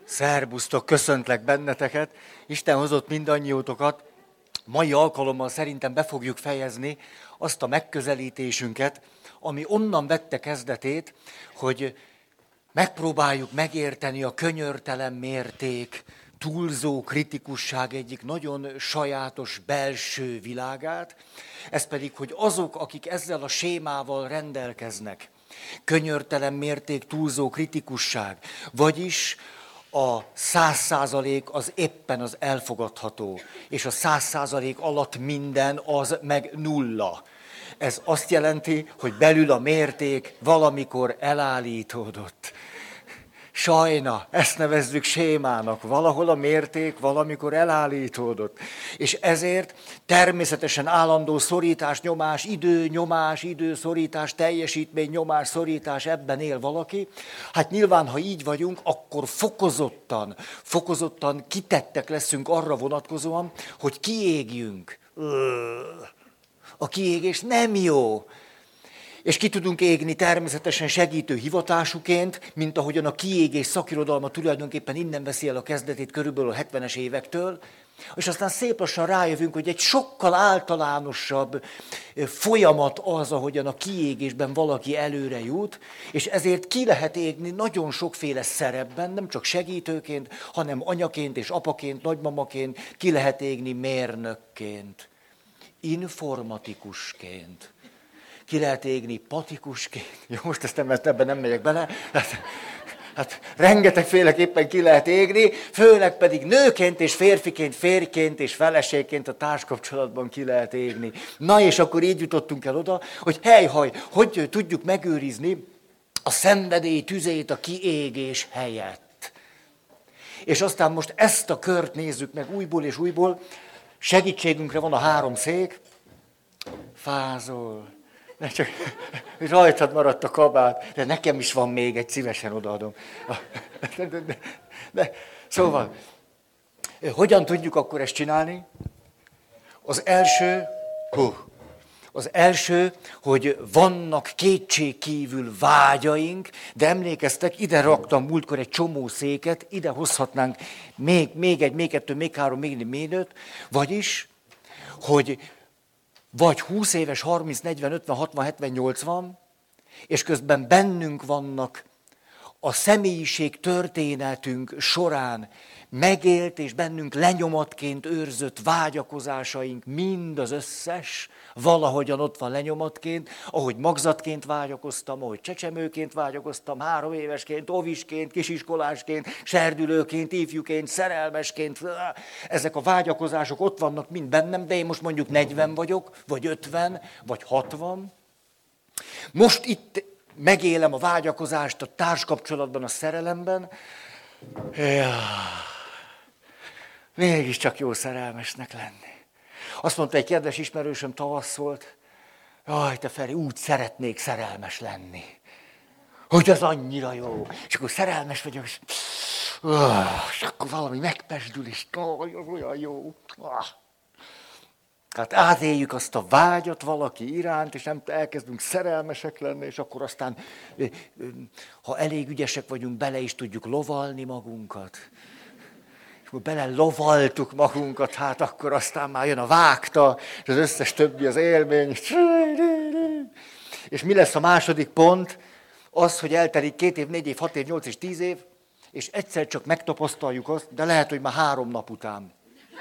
Szerbusztok, köszöntlek benneteket. Isten hozott mindannyiótokat. Mai alkalommal szerintem be fogjuk fejezni azt a megközelítésünket, ami onnan vette kezdetét, hogy megpróbáljuk megérteni a könyörtelen mérték, túlzó kritikusság egyik nagyon sajátos belső világát, ez pedig, hogy azok, akik ezzel a sémával rendelkeznek, könyörtelen mérték, túlzó kritikusság, vagyis a 100% az éppen az elfogadható, és a 100% alatt minden az meg nulla. Ez azt jelenti, hogy belül a mérték valamikor elállítódott. Sajna, ezt nevezzük sémának, valahol a mérték valamikor elállítódott. És ezért természetesen állandó szorítás, nyomás, idő, szorítás, teljesítmény, nyomás, szorítás, ebben él valaki. Hát nyilván, ha így vagyunk, akkor fokozottan kitettek leszünk arra vonatkozóan, hogy kiégjünk. A kiégés nem jó. És ki tudunk égni természetesen segítő hivatásuként, mint ahogyan a kiégés szakirodalma tulajdonképpen innen veszi el a kezdetét körülbelül a 70-es évektől, és aztán szép lassan rájövünk, hogy egy sokkal általánosabb folyamat az, ahogyan a kiégésben valaki előre jut, és ezért ki lehet égni nagyon sokféle szerepben, nem csak segítőként, hanem anyaként és apaként, nagymamaként, ki lehet égni mérnökként, informatikusként. Ki lehet égni patikusként. Jó, most ebben nem megyek bele. Hát rengetegféleképpen ki lehet égni, főleg pedig nőként és férfiként, férjként és feleségként a társkapcsolatban ki lehet égni. Na és akkor így jutottunk el oda, hogy hogy tudjuk megőrizni a szenvedély tüzét a kiégés helyett. És aztán most ezt a kört nézzük meg újból és újból. Segítségünkre van a 3 szék. Fázol. Ne csak rajtad maradt a kabát, de nekem is van még egy, szívesen odaadom. Szóval, hogyan tudjuk akkor ezt csinálni? Az első, hogy vannak kétségkívül vágyaink, de emlékeztek, ide raktam múltkor egy csomó széket, ide hozhatnánk még egy, még 2, még 3, még 5, vagyis, hogy vagy 20 éves, 30, 40, 50, 60, 70, 80, és közben bennünk vannak a személyiség történetünk során megélt és bennünk lenyomatként őrzött vágyakozásaink, mind az összes, valahogyan ott van lenyomatként, ahogy magzatként vágyakoztam, ahogy csecsemőként vágyakoztam, 3 évesként, ovisként, kisiskolásként, serdülőként, ifjúként, szerelmesként. Ezek a vágyakozások ott vannak mind bennem, de én most mondjuk 40 vagyok, vagy 50, vagy 60. Most itt megélem a vágyakozást a társkapcsolatban, a szerelemben. Mégiscsak jó szerelmesnek lenni. Azt mondta egy kedves ismerősöm, tavasz volt, jaj, te Feri, úgy szeretnék szerelmes lenni. Hogy az annyira jó. És akkor szerelmes vagyok, és akkor valami megpesdül, és olyan jó. Hát átéljük azt a vágyat valaki iránt, és nem elkezdünk szerelmesek lenni, és akkor aztán, ha elég ügyesek vagyunk, bele is tudjuk lovalni magunkat. És akkor bele lovaltuk magunkat, hát akkor aztán már jön a vágta, és az összes többi az élmény. És mi lesz a második pont? Az, hogy eltelik 2 év, 4 év, 6 év, 8 és 10 év, és egyszer csak megtapasztaljuk azt, de lehet, hogy már 3 nap után.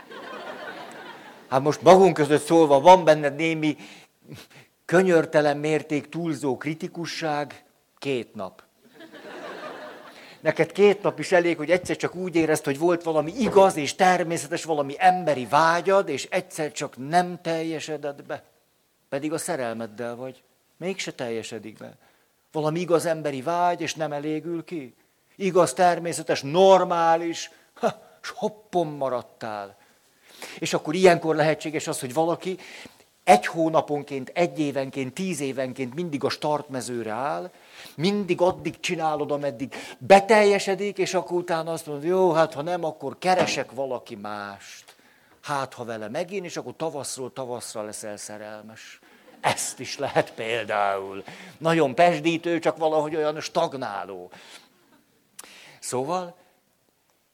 Hát most magunk között szólva, van benned némi könyörtelen mérték, túlzó kritikusság, 2 nap. Neked 2 nap is elég, hogy egyszer csak úgy érezd, hogy volt valami igaz és természetes, valami emberi vágyad, és egyszer csak nem teljesedett be. Pedig a szerelmeddel vagy. Mégse teljesedik be. Valami igaz emberi vágy, és nem elégül ki. Igaz, természetes, normális, és hoppon maradtál. És akkor ilyenkor lehetséges az, hogy valaki 1 hónaponként, 1 évenként, 10 évenként mindig a startmezőre áll, mindig addig csinálod, ameddig beteljesedik, és akkor utána azt mondod, jó, hát ha nem, akkor keresek valaki mást. Hát ha vele megint, és akkor tavaszról tavaszra leszel szerelmes. Ezt is lehet például. Nagyon pesdítő, csak valahogy olyan stagnáló. Szóval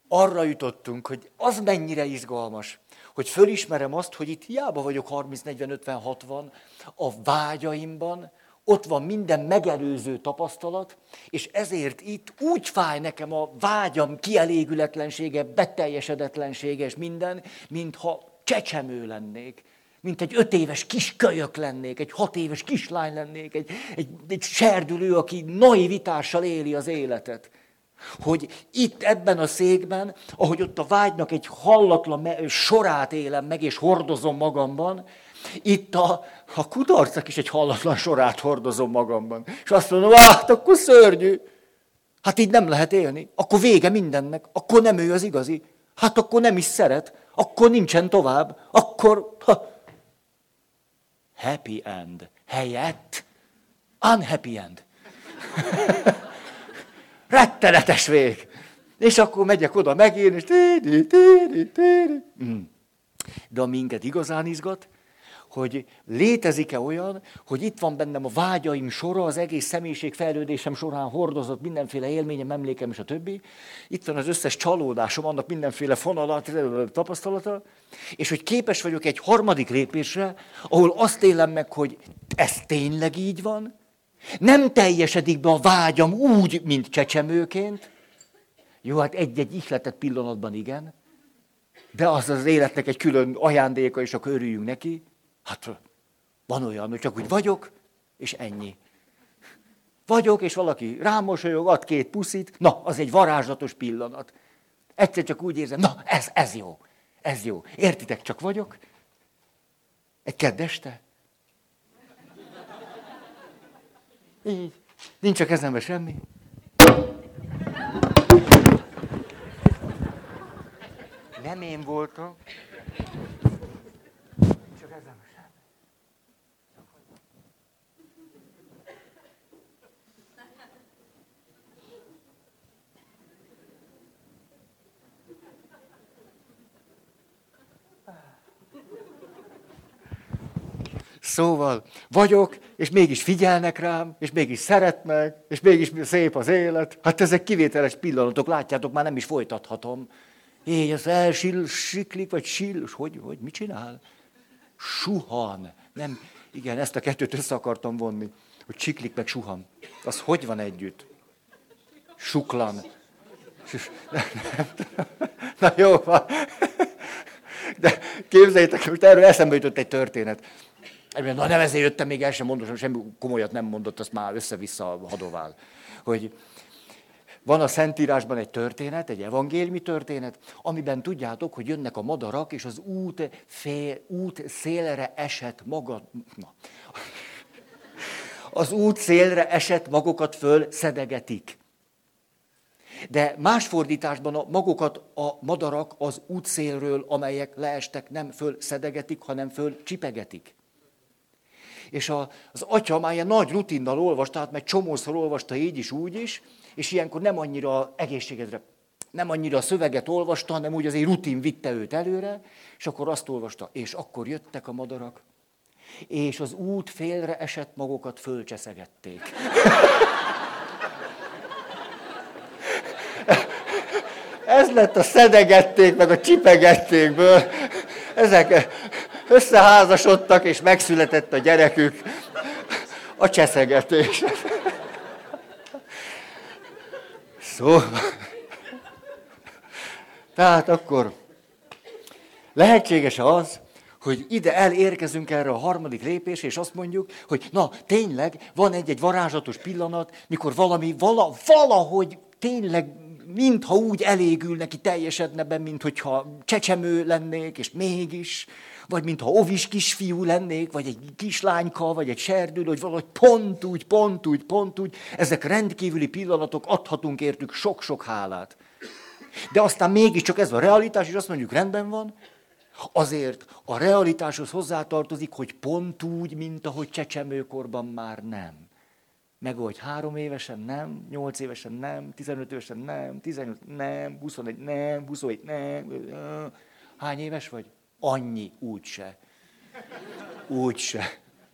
arra jutottunk, hogy az mennyire izgalmas, hogy fölismerem azt, hogy itt hiába vagyok 30, 40, 50, 60, a vágyaimban ott van minden megelőző tapasztalat, és ezért itt úgy fáj nekem a vágyam kielégületlensége, beteljesedetlensége és minden, mintha csecsemő lennék, mint egy 5 éves kiskölyök lennék, egy 6 éves kislány lennék, egy serdülő, aki naivitással éli az életet. Hogy itt ebben a székben, ahogy ott a vágynak egy hallatlan sorát élem meg, és hordozom magamban, itt a kudarcnak is egy hallatlan sorát hordozom magamban. És azt mondom, hát akkor szörnyű. Hát így nem lehet élni. Akkor vége mindennek. Akkor nem ő az igazi. Hát akkor nem is szeret. Akkor nincsen tovább. Akkor happy end. Helyett unhappy end. Rettenetes vég. És akkor megyek oda megint, és de ami minket igazán izgat, hogy létezik-e olyan, hogy itt van bennem a vágyaim sora, az egész személyiségfejlődésem során hordozott mindenféle élményem, emlékem és a többi. Itt van az összes csalódásom, annak mindenféle fonalat, tapasztalata, és hogy képes vagyok egy harmadik lépésre, ahol azt élem meg, hogy ez tényleg így van, nem teljesedik be a vágyam úgy, mint csecsemőként. Jó, hát egy-egy ihletett pillanatban igen, de az az életnek egy külön ajándéka, és akkor örüljünk neki. Hát van olyan, hogy csak úgy vagyok, és ennyi. Vagyok, és valaki rám mosolyog, ad 2 puszit, na, az egy varázslatos pillanat. Egyszer csak úgy érzem, na, ez jó, ez jó. Értitek, csak vagyok. Egy kedd este. Így. Nincs a kezemben semmi. Nem én voltam. Nincs a kezemben semmi. Szóval vagyok, és mégis figyelnek rám, és mégis szeretnek, és mégis szép az élet. Hát ezek kivételes pillanatok, látjátok, már nem is folytathatom. Így, az elsiklik, vagy hogy mit csinál? Suhan. Nem, igen, ezt a kettőt össze akartam vonni, hogy siklik meg suhan. Az hogy van együtt? Suklan. Na jó van. De képzeljétek, most erről eszembe jutott egy történet. Na nem ezért jöttem, még el sem mondom, semmi komolyat nem mondott, azt már össze-vissza hadovál. Hogy van a Szentírásban egy történet, egy evangéliumi történet, amiben tudjátok, hogy jönnek a madarak, és az út szélre esett az út szélre esett magokat föl szedegetik. De más fordításban a magokat a madarak az útszélről, amelyek leestek, nem föl szedegetik, hanem föl csipegetik. És az atya már ilyen nagy rutinnal olvasta, hát meg csomószor olvasta így is, úgy is, és ilyenkor nem annyira egészségedre, nem annyira a szöveget olvasta, hanem úgy azért rutin vitte őt előre, és akkor azt olvasta, és akkor jöttek a madarak, és az út félre esett magokat fölcseszegették. Ez lett a szedegették, meg a csipegettékből. Ezek összeházasodtak, és megszületett a gyerekük. A cseszegetés. Szóval. Tehát akkor lehetséges az, hogy ide elérkezünk erre a harmadik lépés, és azt mondjuk, hogy na, tényleg van egy varázslatos pillanat, mikor valahogy tényleg mintha úgy elégül neki, teljesedne be, mint hogyha csecsemő lennék, és mégis, vagy mintha ovis kisfiú lennék, vagy egy kislányka, vagy egy serdülő, hogy valahogy pont úgy. Ezek rendkívüli pillanatok, adhatunk értük sok-sok hálát. De aztán mégiscsak ez a realitás, és azt mondjuk, rendben van, azért a realitáshoz hozzátartozik, hogy pont úgy, mint ahogy csecsemőkorban már nem. Meg hogy 3 évesen nem, 8 évesen nem, 15 évesen nem, 15 nem, 21 nem, 27 nem. Hány éves vagy? Annyi, úgyse.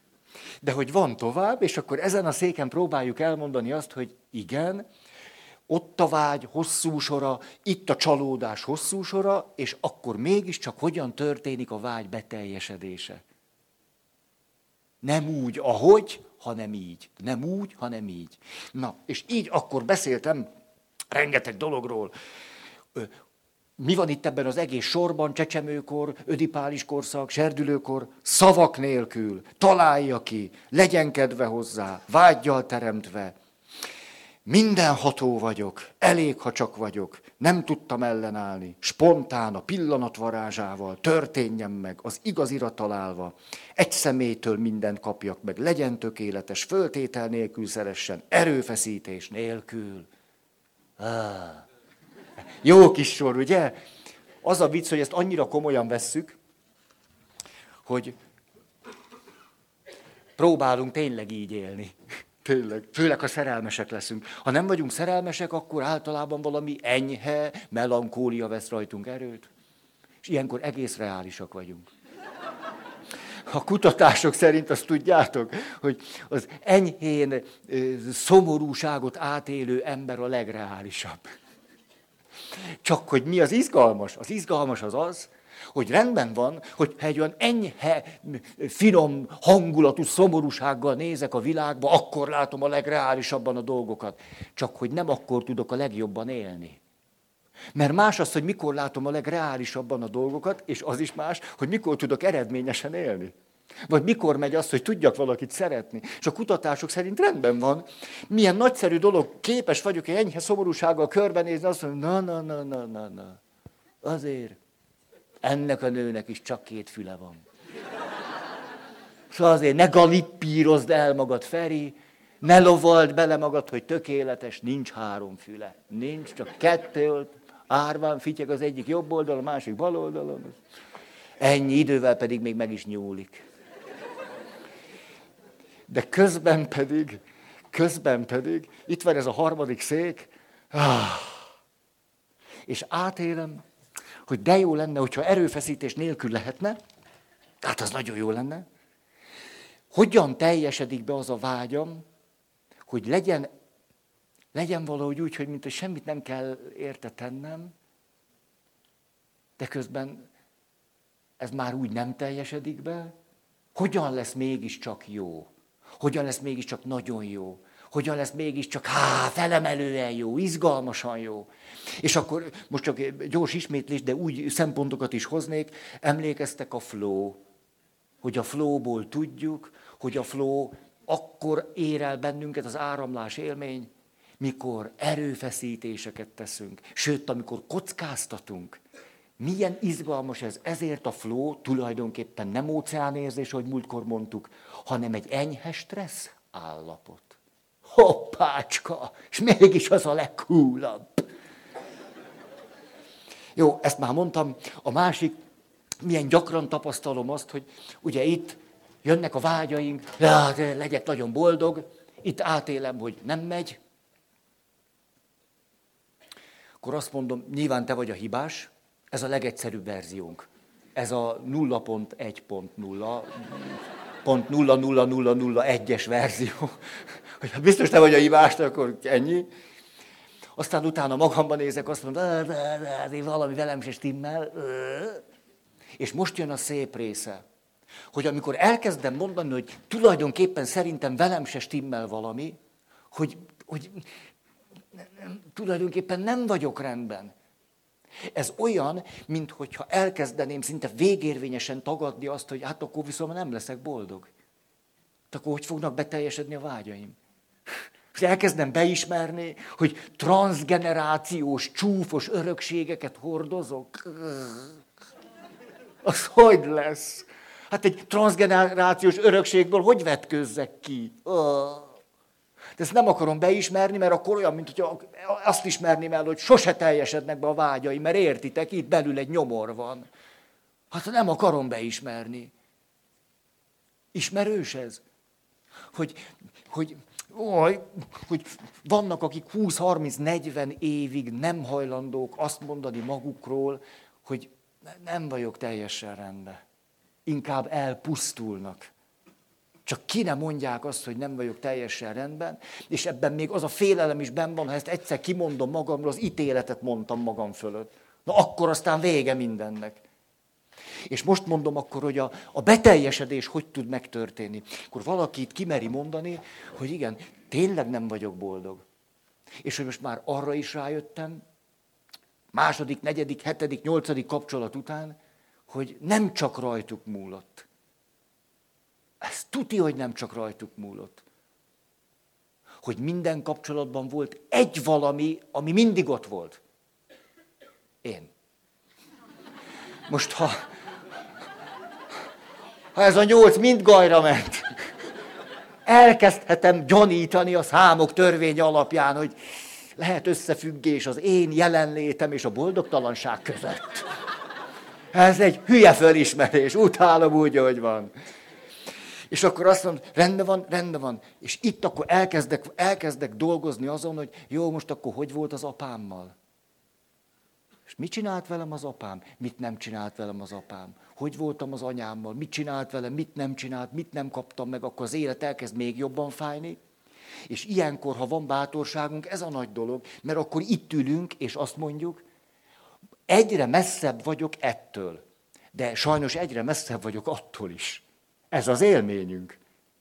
De hogy van tovább, és akkor ezen a széken próbáljuk elmondani azt, hogy igen, ott a vágy hosszú sora, itt a csalódás hosszú sora, és akkor mégiscsak hogyan történik a vágy beteljesedése. Nem úgy, ahogy, hanem így. Nem úgy, hanem így. Na, és így akkor beszéltem rengeteg dologról. Mi van itt ebben az egész sorban, csecsemőkor, ödipális korszak, serdülőkor? Szavak nélkül, találja ki, legyen kedve hozzá, vággyal teremtve. Mindenható vagyok, elég, ha csak vagyok, nem tudtam ellenállni, spontán a pillanat varázsával, történjen meg, az igazira találva, egy személytől mindent kapjak meg, legyen tökéletes, föltétel nélkül szeressen, erőfeszítés nélkül. Jó kis sor, ugye? Az a vicc, hogy ezt annyira komolyan vesszük, hogy próbálunk tényleg így élni. Tényleg. Főleg, ha szerelmesek leszünk. Ha nem vagyunk szerelmesek, akkor általában valami enyhe melankólia vesz rajtunk erőt. És ilyenkor egész reálisak vagyunk. A kutatások szerint azt tudjátok, hogy az enyhén szomorúságot átélő ember a legreálisabb. Csak hogy mi az izgalmas? Az izgalmas az az, hogy rendben van, hogy egy olyan enyhe, finom hangulatú szomorúsággal nézek a világba, akkor látom a legreálisabban a dolgokat. Csak hogy nem akkor tudok a legjobban élni. Mert más az, hogy mikor látom a legreálisabban a dolgokat, és az is más, hogy mikor tudok eredményesen élni. Vagy mikor megy az, hogy tudjak valakit szeretni. És a kutatások szerint rendben van. Milyen nagyszerű dolog, képes vagyok egy enyhe szomorúsággal körbenézni, azt mondom, na. Azért ennek a nőnek is csak 2 füle van. Szóval azért ne galippírozd el magad, Feri, ne lovald bele magad, hogy tökéletes, nincs 3 füle. Nincs, csak 2, árván fityeg az egyik jobb oldalon, a másik bal oldalon. Ennyi, idővel pedig még meg is nyúlik. De közben pedig, itt van ez a 3. szék, és átélem, hogy de jó lenne, hogyha erőfeszítés nélkül lehetne, tehát az nagyon jó lenne. Hogyan teljesedik be az a vágyam, hogy legyen valahogy úgy, hogy mint hogy semmit nem kell érte tennem, de közben ez már úgy nem teljesedik be. Hogyan lesz mégiscsak jó? Hogyan lesz mégiscsak nagyon jó? Hogyan lesz mégiscsak felemelően jó, izgalmasan jó? És akkor most csak gyors ismétlés, de úgy szempontokat is hoznék. Emlékeztek a flow, hogy a flowból tudjuk, hogy a flow akkor ér el bennünket az áramlás élmény, mikor erőfeszítéseket teszünk, sőt, amikor kockáztatunk. Milyen izgalmas ez, ezért a flow tulajdonképpen nem óceánérzés, ahogy múltkor mondtuk, hanem egy enyhe stressz állapot. Hoppácska, és mégis az a legcoolabb. Jó, ezt már mondtam. A másik, milyen gyakran tapasztalom azt, hogy ugye itt jönnek a vágyaink, legyek nagyon boldog, itt átélem, hogy nem megy. Akkor azt mondom, nyilván te vagy a hibás, ez a legegyszerűbb verziónk. Ez a 0.1.0.00001-es verzió. Hogy biztos te vagy a hibás, akkor ennyi. Aztán utána magamban nézek, azt mondom, valami velem se stimmel. És most jön a szép része, hogy amikor elkezdem mondani, hogy tulajdonképpen szerintem velem se stimmel valami, hogy tulajdonképpen nem vagyok rendben. Ez olyan, minthogyha elkezdeném szinte végérvényesen tagadni azt, hogy hát akkor viszont nem leszek boldog. Akkor hogy fognak beteljesedni a vágyaim? És elkezdem beismerni, hogy transzgenerációs, csúfos örökségeket hordozok. Az hogy lesz? Hát egy transzgenerációs örökségből hogy vetkőzzek ki? De ezt nem akarom beismerni, mert akkor olyan, mint hogy azt ismerném el, hogy sose teljesednek be a vágyaim, mert értitek, itt belül egy nyomor van. Hát nem akarom beismerni. Ismerős ez? Hogy vannak, akik 20-30-40 évig nem hajlandók azt mondani magukról, hogy nem vagyok teljesen rendben. Inkább elpusztulnak. Csak ki ne mondják azt, hogy nem vagyok teljesen rendben, és ebben még az a félelem is benn van, ha ezt egyszer kimondom magamról, az ítéletet mondtam magam fölött. Na akkor aztán vége mindennek. És most mondom akkor, hogy a beteljesedés hogy tud megtörténni. Akkor valakit kimeri mondani, hogy igen, tényleg nem vagyok boldog. És hogy most már arra is rájöttem, második, negyedik, hetedik, nyolcadik kapcsolat után, hogy nem csak rajtuk múlott. Ez tuti, hogy nem csak rajtuk múlott. Hogy minden kapcsolatban volt egy valami, ami mindig ott volt. Én. Most ha ez a 8 mind gajra ment, elkezdhetem gyanítani a számok törvény alapján, hogy lehet összefüggés az én jelenlétem és a boldogtalanság között. Ez egy hülye fölismerés, utálom úgy, hogy van. És akkor azt mondom, rendben van. És itt akkor elkezdek dolgozni azon, hogy jó, most akkor hogy volt az apámmal? És mit csinált velem az apám? Mit nem csinált velem az apám? Hogy voltam az anyámmal? Mit csinált velem? Mit nem csinált? Mit nem kaptam meg? Akkor az élet elkezd még jobban fájni. És ilyenkor, ha van bátorságunk, ez a nagy dolog, mert akkor itt ülünk, és azt mondjuk, egyre messzebb vagyok ettől, de sajnos egyre messzebb vagyok attól is. Ez az élményünk.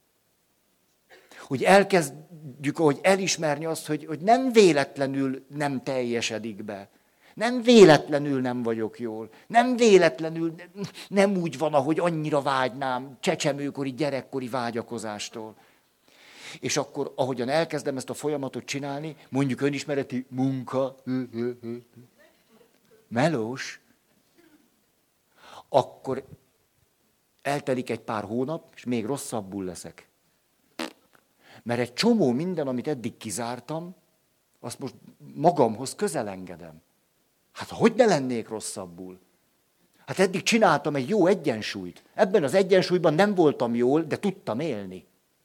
Hogy elkezdjük, ahogy elismerni azt, hogy nem véletlenül nem teljesedik be. Nem véletlenül nem vagyok jól. Nem véletlenül nem úgy van, ahogy annyira vágynám csecsemőkori, gyerekkori vágyakozástól. És akkor, ahogyan elkezdem ezt a folyamatot csinálni, mondjuk önismereti munka, melós, akkor eltelik egy pár hónap, és még rosszabbul leszek. Mert egy csomó minden, amit eddig kizártam, azt most magamhoz közel engedem. Hát hogy ne lennék rosszabbul? Hát eddig csináltam egy jó egyensúlyt. Ebben az egyensúlyban nem voltam jól, de tudtam élni.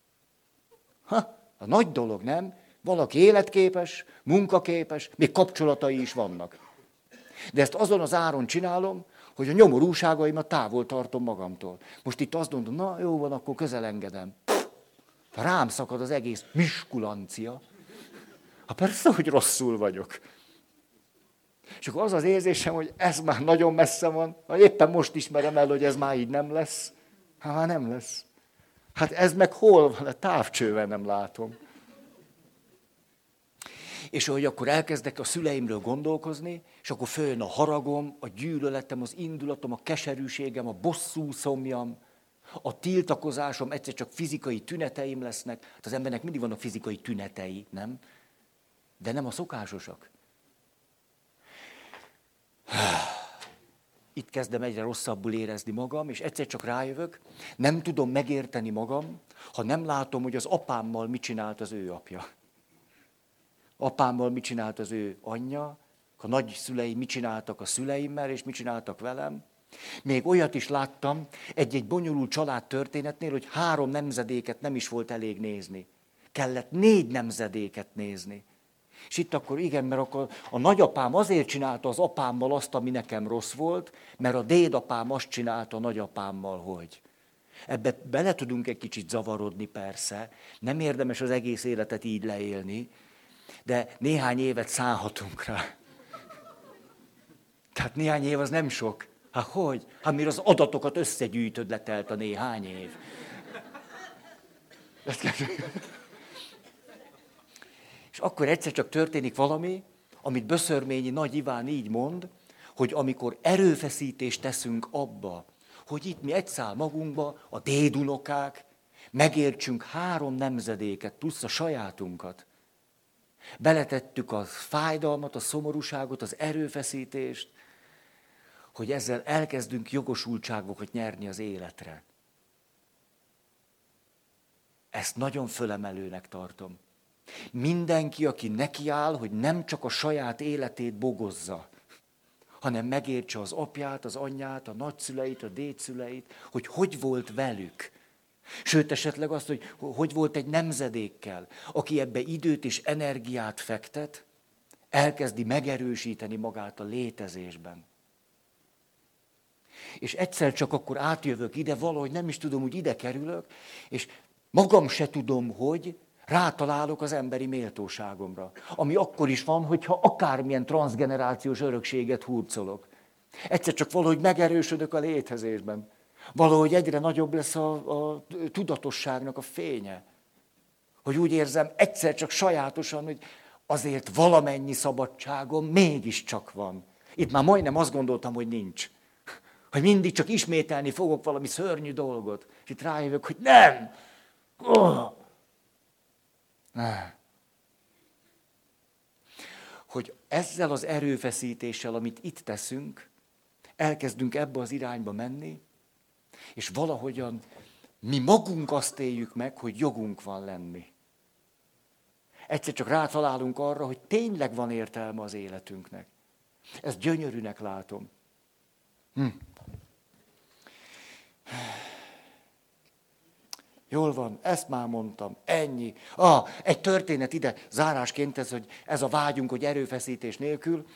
A nagy dolog, nem? Valaki életképes, munkaképes, még kapcsolatai is vannak. De ezt azon az áron csinálom, hogy a nyomorúságaimat távol tartom magamtól. Most itt azt mondom, na jó van, akkor közel engedem. Rám szakad az egész miskulancia. Persze, hogy rosszul vagyok. És akkor az az érzésem, hogy ez már nagyon messze van, éppen most ismerem el, hogy ez már így nem lesz. Már nem lesz. Hát ez meg hol van? A távcsővel nem látom. És ahogy akkor elkezdek a szüleimről gondolkozni, és akkor följön a haragom, a gyűlöletem, az indulatom, a keserűségem, a bosszú szomjam, a tiltakozásom, egyszer csak fizikai tüneteim lesznek. Hát az embernek mindig vannak fizikai tünetei, nem? De nem a szokásosak. Itt kezdem egyre rosszabbul érezni magam, és egyszer csak rájövök, nem tudom megérteni magam, ha nem látom, hogy az apámmal mit csinált az ő apja. Apámmal mit csinált az ő anyja, a nagyszülei mit csináltak a szüleimmel, és mit csináltak velem. Még olyat is láttam egy-egy bonyolult családtörténetnél, hogy 3 nemzedéket nem is volt elég nézni. Kellett 4 nemzedéket nézni. És itt akkor igen, mert akkor a nagyapám azért csinálta az apámmal azt, ami nekem rossz volt, mert a dédapám azt csinálta a nagyapámmal, hogy. Ebbe bele tudunk egy kicsit zavarodni persze, nem érdemes az egész életet így leélni, de néhány évet szállhatunk rá. Tehát néhány év az nem sok. Hogy? Mire az adatokat összegyűjtöd, letelt a néhány év. És akkor egyszer csak történik valami, amit Böszörményi Nagy Iván így mond, hogy amikor erőfeszítést teszünk abba, hogy itt mi egy szál magunkba, a dédunokák, megértsünk 3 nemzedéket, plusz a sajátunkat. Beletettük a fájdalmat, a szomorúságot, az erőfeszítést, hogy ezzel elkezdünk jogosultságokat nyerni az életre. Ezt nagyon fölemelőnek tartom. Mindenki, aki nekiáll, hogy nem csak a saját életét bogozza, hanem megértse az apját, az anyját, a nagyszüleit, a dédszüleit, hogy volt velük. Sőt, esetleg azt, hogy volt egy nemzedékkel, aki ebbe időt és energiát fektet, elkezdi megerősíteni magát a létezésben. És egyszer csak akkor átjövök ide, valahogy nem is tudom, hogy ide kerülök, és magam se tudom, hogy rátalálok az emberi méltóságomra. Ami akkor is van, hogyha akármilyen transzgenerációs örökséget hurcolok. Egyszer csak valahogy megerősödök a létezésben. Valahogy egyre nagyobb lesz a tudatosságnak a fénye. Hogy úgy érzem, egyszer csak sajátosan, hogy azért valamennyi szabadságom mégiscsak van. Itt már majdnem azt gondoltam, hogy nincs. Hogy mindig csak ismételni fogok valami szörnyű dolgot. És itt rájövök, hogy nem! Oh! Hogy ezzel az erőfeszítéssel, amit itt teszünk, elkezdünk ebbe az irányba menni, és valahogyan mi magunk azt éljük meg, hogy jogunk van lenni. Egyszer csak rátalálunk arra, hogy tényleg van értelme az életünknek. Ezt gyönyörűnek látom. Jól van, ezt már mondtam, ennyi. Egy történet ide, zárásként ez, hogy ez a vágyunk, hogy erőfeszítés nélkül.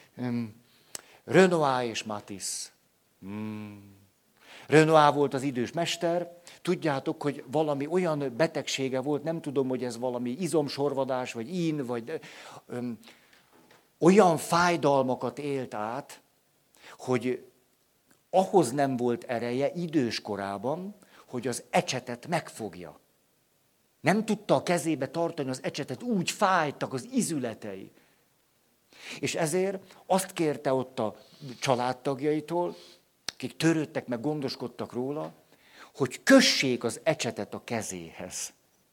Renoir és Matisse. Renoir volt az idős mester. Tudjátok, hogy valami olyan betegsége volt, nem tudom, hogy ez valami izomsorvadás, vagy vagy olyan fájdalmakat élt át, hogy ahhoz nem volt ereje idős korában, hogy az ecsetet megfogja. Nem tudta a kezébe tartani az ecsetet, úgy fájtak az izületei. És ezért azt kérte ott a családtagjaitól, akik törődtek meg, gondoskodtak róla, hogy kössék az ecsetet a kezéhez.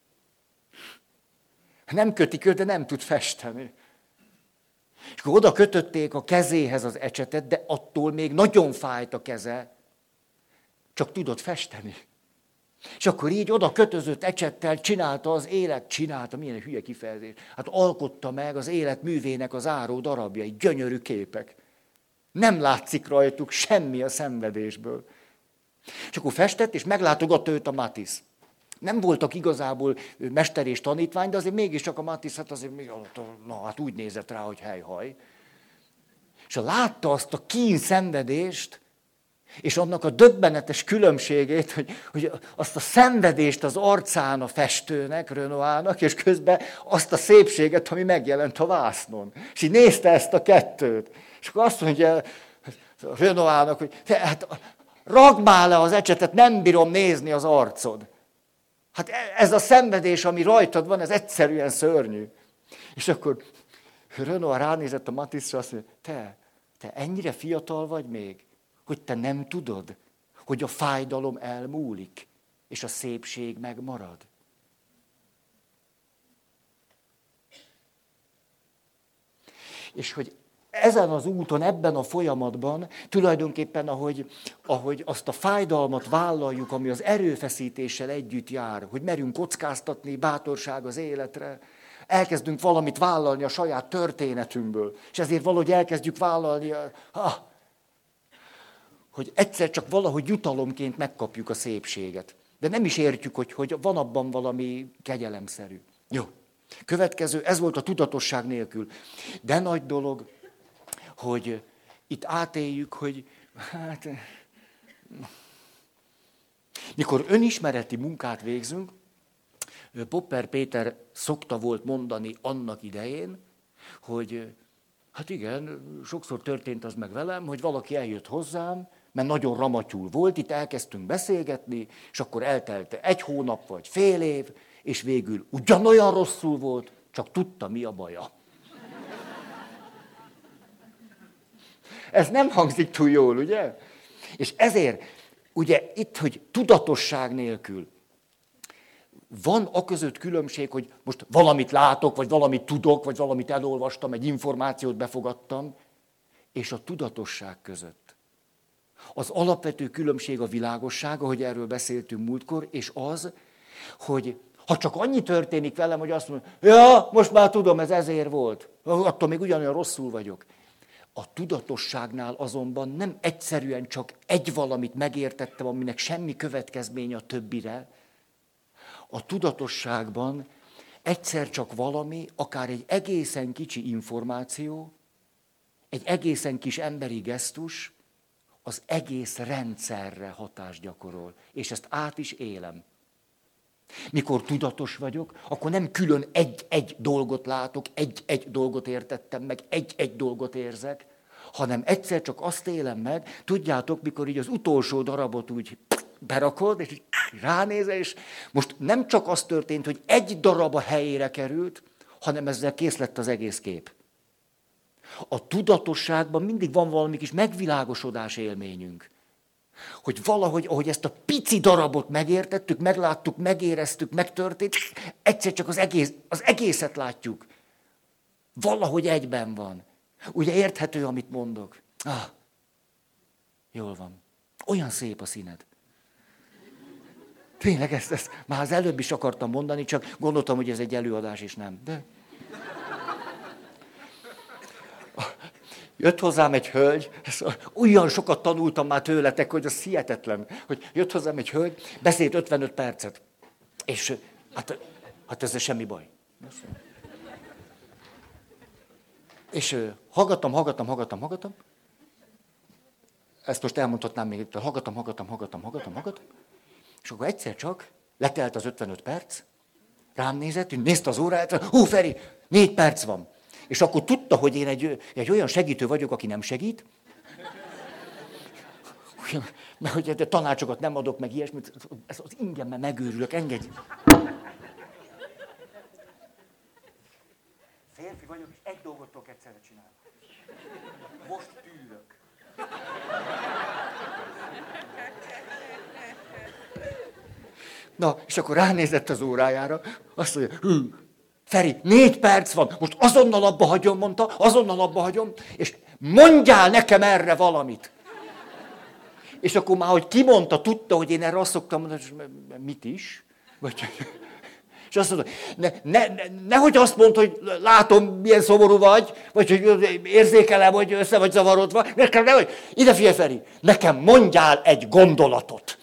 Nem kötik őt, de nem tud festeni. És akkor oda kötötték a kezéhez az ecsetet, de attól még nagyon fájt a keze, csak tudott festeni. És akkor így oda kötözött ecsettel csinálta, milyen hülye kifejezés, hát alkotta meg az élet művének az áró darabjai, gyönyörű képek. Nem látszik rajtuk semmi a szenvedésből. És akkor festett, és meglátogatta őt a Matisse. Nem voltak igazából mester és tanítvány, de azért mégiscsak a Matisse, hát azért hát úgy nézett rá, hogy helyhaj. És látta azt a kín szenvedést, és annak a döbbenetes különbségét, hogy azt a szenvedést az arcán a festőnek, Renoirnak, és közben azt a szépséget, ami megjelent a vásznon. És így nézte ezt a kettőt. És akkor azt mondja Renoirnak, hogy hát ragd már le az ecsetet, nem bírom nézni az arcod. Hát ez a szenvedés, ami rajtad van, ez egyszerűen szörnyű. És akkor Renoir ránézett a Matisse-ra, azt mondja, te ennyire fiatal vagy még, hogy te nem tudod, hogy a fájdalom elmúlik, és a szépség megmarad. És hogy ezen az úton, ebben a folyamatban tulajdonképpen, ahogy azt a fájdalmat vállaljuk, ami az erőfeszítéssel együtt jár, hogy merünk kockáztatni, bátorság az életre, elkezdünk valamit vállalni a saját történetünkből, és ezért valahogy elkezdjük vállalni, hogy egyszer csak valahogy jutalomként megkapjuk a szépséget. De nem is értjük, hogy van abban valami kegyelemszerű. Jó. Következő, ez volt a tudatosság nélkül. De nagy dolog, hogy itt átéljük, hogy hát, mikor önismereti munkát végzünk, Popper Péter szokta volt mondani annak idején, hogy hát igen, sokszor történt az meg velem, hogy valaki eljött hozzám, mert nagyon ramatyul volt, itt elkezdtünk beszélgetni, és akkor eltelt 1 hónap vagy fél év, és végül ugyanolyan rosszul volt, csak tudta, mi a baja. Ez nem hangzik túl jól, ugye? És ezért, ugye itt, hogy tudatosság nélkül van aközött különbség, hogy most valamit látok, vagy valamit tudok, vagy valamit elolvastam, egy információt befogadtam, és a tudatosság között. Az alapvető különbség a világosság, ahogy erről beszéltünk múltkor, és az, hogy ha csak annyi történik velem, hogy azt mondom, ja, most már tudom, ez ezért volt, attól még ugyanolyan rosszul vagyok. A tudatosságnál azonban nem egyszerűen csak egy valamit megértettem, aminek semmi következménye a többire. A tudatosságban egyszer csak valami, akár egy egészen kicsi információ, egy egészen kis emberi gesztus, az egész rendszerre hatást gyakorol. És ezt át is élem. Mikor tudatos vagyok, akkor nem külön egy-egy dolgot látok, egy-egy dolgot értettem meg, egy-egy dolgot érzek, hanem egyszer csak azt élem meg, tudjátok, mikor így az utolsó darabot úgy berakod, és így ránézel, és most nem csak az történt, hogy egy darab a helyére került, hanem ezzel kész lett az egész kép. A tudatosságban mindig van valami kis megvilágosodás élményünk. Hogy valahogy, ahogy ezt a pici darabot megértettük, megláttuk, megéreztük, megtörtént, egyszer csak az egészet látjuk. Valahogy egyben van. Ugye érthető, amit mondok? Jól van. Olyan szép a színed. Tényleg ezt már az előbb is akartam mondani, csak gondoltam, hogy ez egy előadás, és nem. De... Jött hozzám egy hölgy, olyan sokat tanultam már tőletek, hogy az hihetetlen, hogy jött hozzám egy hölgy, beszélt 55 percet, és hát ez semmi baj. És hallgattam, ezt most elmondhatnám még, hallgattam, és akkor egyszer csak letelt az 55 perc, rám nézett, nézte az óráját, Feri, 4 perc van. És akkor tudta, hogy én egy olyan segítő vagyok, aki nem segít, mert hogy tanácsokat nem adok meg ilyesmit, ez az ingemmel megőrülök, engedj. Férfi vagyok, és egy dolgot tudok egyszerre csinálni. Most tűrök. Na, és akkor ránézett az órájára, azt mondja, Feri, 4 perc van, most azonnal abba hagyom, mondta, azonnal abba hagyom, és mondjál nekem erre valamit. És akkor már, hogy kimondta, tudta, hogy én erre azt szoktam mondani, mit is? És azt mondta, nehogy azt mondta, hogy látom, milyen szomorú vagy hogy érzékelem, hogy össze vagy zavarodva, nehogy, ide figyelj, Feri, nekem mondjál egy gondolatot.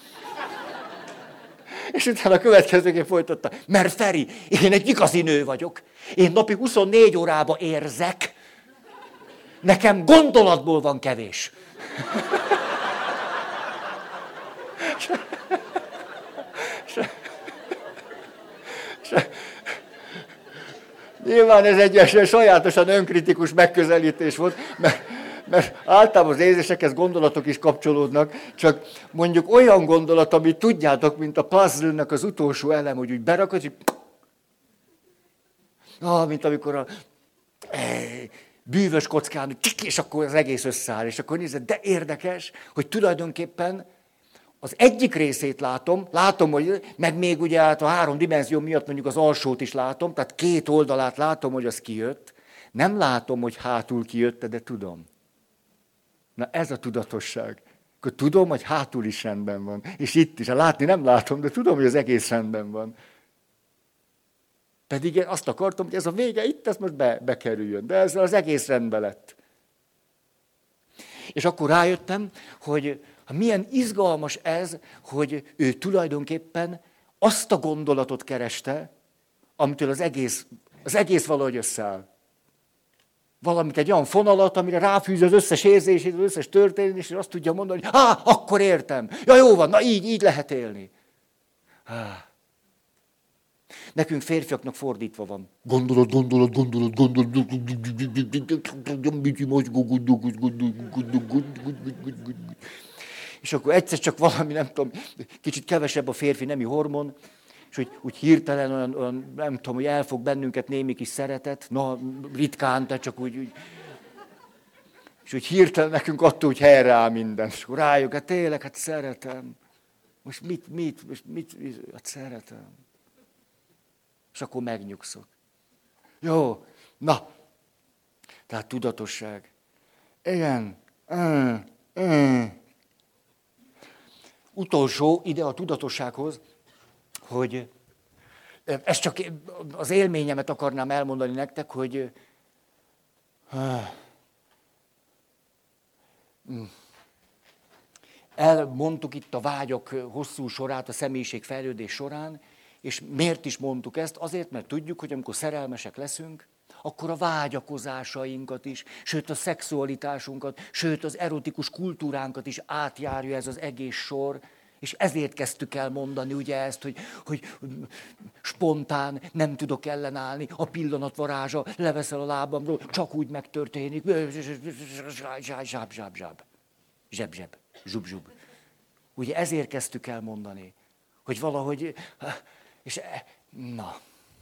És utána a következőként folytatta, mert Feri, én egy igazi nő vagyok. Én napi 24 órába érzek. Nekem gondolatból van kevés. Nyilván ez egy sajátosan önkritikus megközelítés volt, mert általában az érzésekhez gondolatok is kapcsolódnak, csak mondjuk olyan gondolat, amit tudjátok, mint a puzzle-nek az utolsó elem, hogy úgy berakod, hogy... mint amikor a bűvös kockán, és akkor az egész összeáll, és akkor nézed, de érdekes, hogy tulajdonképpen az egyik részét látom, hogy meg még ugye hát a 3 dimenzió miatt mondjuk az alsót is látom, tehát 2 oldalát látom, hogy az kijött. Nem látom, hogy hátul kijött, de tudom. Na ez a tudatosság. Akkor tudom, hogy hátul is rendben van. És itt is, látni nem látom, de tudom, hogy az egész rendben van. Pedig én azt akartam, hogy ez a vége, itt ez most bekerüljön. De ez az egész rendben lett. És akkor rájöttem, hogy milyen izgalmas ez, hogy ő tulajdonképpen azt a gondolatot kereste, amitől az egész valahogy összeáll. Valamit, egy olyan fonalat, amire ráfűz az összes érzését, az összes történés, és azt tudja mondani, hogy akkor értem. Ja, jó van, na így lehet élni. Nekünk férfiaknak fordítva van. Gondolat. És akkor egyszer csak valami, nem tudom, kicsit kevesebb a férfi nemi hormon, és úgy hirtelen olyan, nem tudom, hogy elfog bennünket némi kis szeretet, na, ritkán, tehát csak úgy, és úgy hirtelen nekünk attól, hogy helyreáll minden. És akkor rájuk, hát tényleg, hát szeretem. Most mit, hát szeretem. És akkor megnyugszok. Jó, na, tehát tudatosság. Igen. Utolsó ide a tudatossághoz, hogy ezt csak az élményemet akarnám elmondani nektek, hogy elmondtuk itt a vágyak hosszú sorát, a személyiségfejlődés során, és miért is mondtuk ezt? Azért, mert tudjuk, hogy amikor szerelmesek leszünk, akkor a vágyakozásainkat is, sőt a szexualitásunkat, sőt az erotikus kultúránkat is átjárja ez az egész sor, És ezért kezdtük el mondani ugye ezt, hogy spontán, nem tudok ellenállni, a pillanat varázsa, leveszel a lábamról, csak úgy megtörténik. Zsáb, zsáb, zsáb. Zseb, zseb. Zsub, zsub. Ugye ezért kezdtük el mondani, hogy valahogy, és na.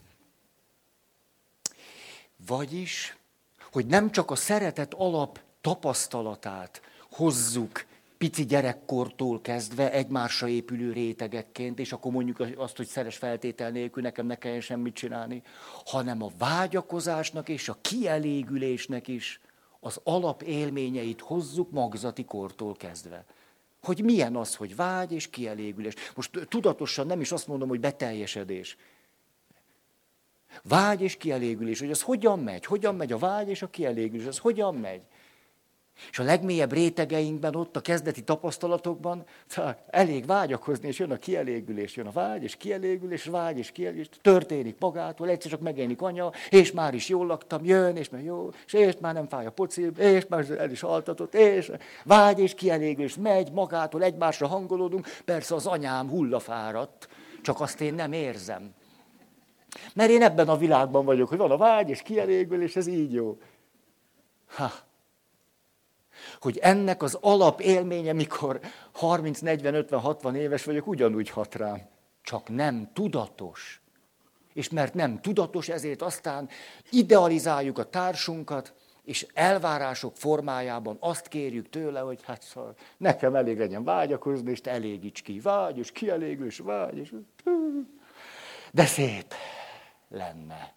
Vagyis, hogy nem csak a szeretet alap tapasztalatát hozzuk pici gyerekkortól kezdve egymásra épülő rétegekként, és akkor mondjuk azt, hogy szeres feltétel nélkül nekem ne kelljen semmit csinálni, hanem a vágyakozásnak és a kielégülésnek is az alapélményeit hozzuk magzati kortól kezdve. Hogy milyen az, hogy vágy és kielégülés. Most tudatosan nem is azt mondom, hogy beteljesedés. Vágy és kielégülés, hogy az hogyan megy a vágy és a kielégülés, az hogyan megy. És a legmélyebb rétegeinkben, ott a kezdeti tapasztalatokban elég vágyakozni, és jön a kielégülés, jön a vágy, és kielégülés, vágy, és kielégülés, történik magától, egyszer csak megjelenik anya, és már is jól laktam, jön, és már jó, és már nem fáj a pocim, és már el is altatott, és vágy, és kielégülés, megy magától, egymásra hangolódunk, persze az anyám hullafáradt, csak azt én nem érzem. Mert én ebben a világban vagyok, hogy van a vágy, és kielégülés, ez így jó. Hogy ennek az alapélménye, mikor 30, 40, 50, 60 éves vagyok, ugyanúgy hat rám. Csak nem tudatos. És mert nem tudatos, ezért aztán idealizáljuk a társunkat, és elvárások formájában azt kérjük tőle, hogy hát szóval nekem elég legyen vágyakozni, és te elégíts ki. Vágy, és kielégül, és vágy, és... De szép lenne.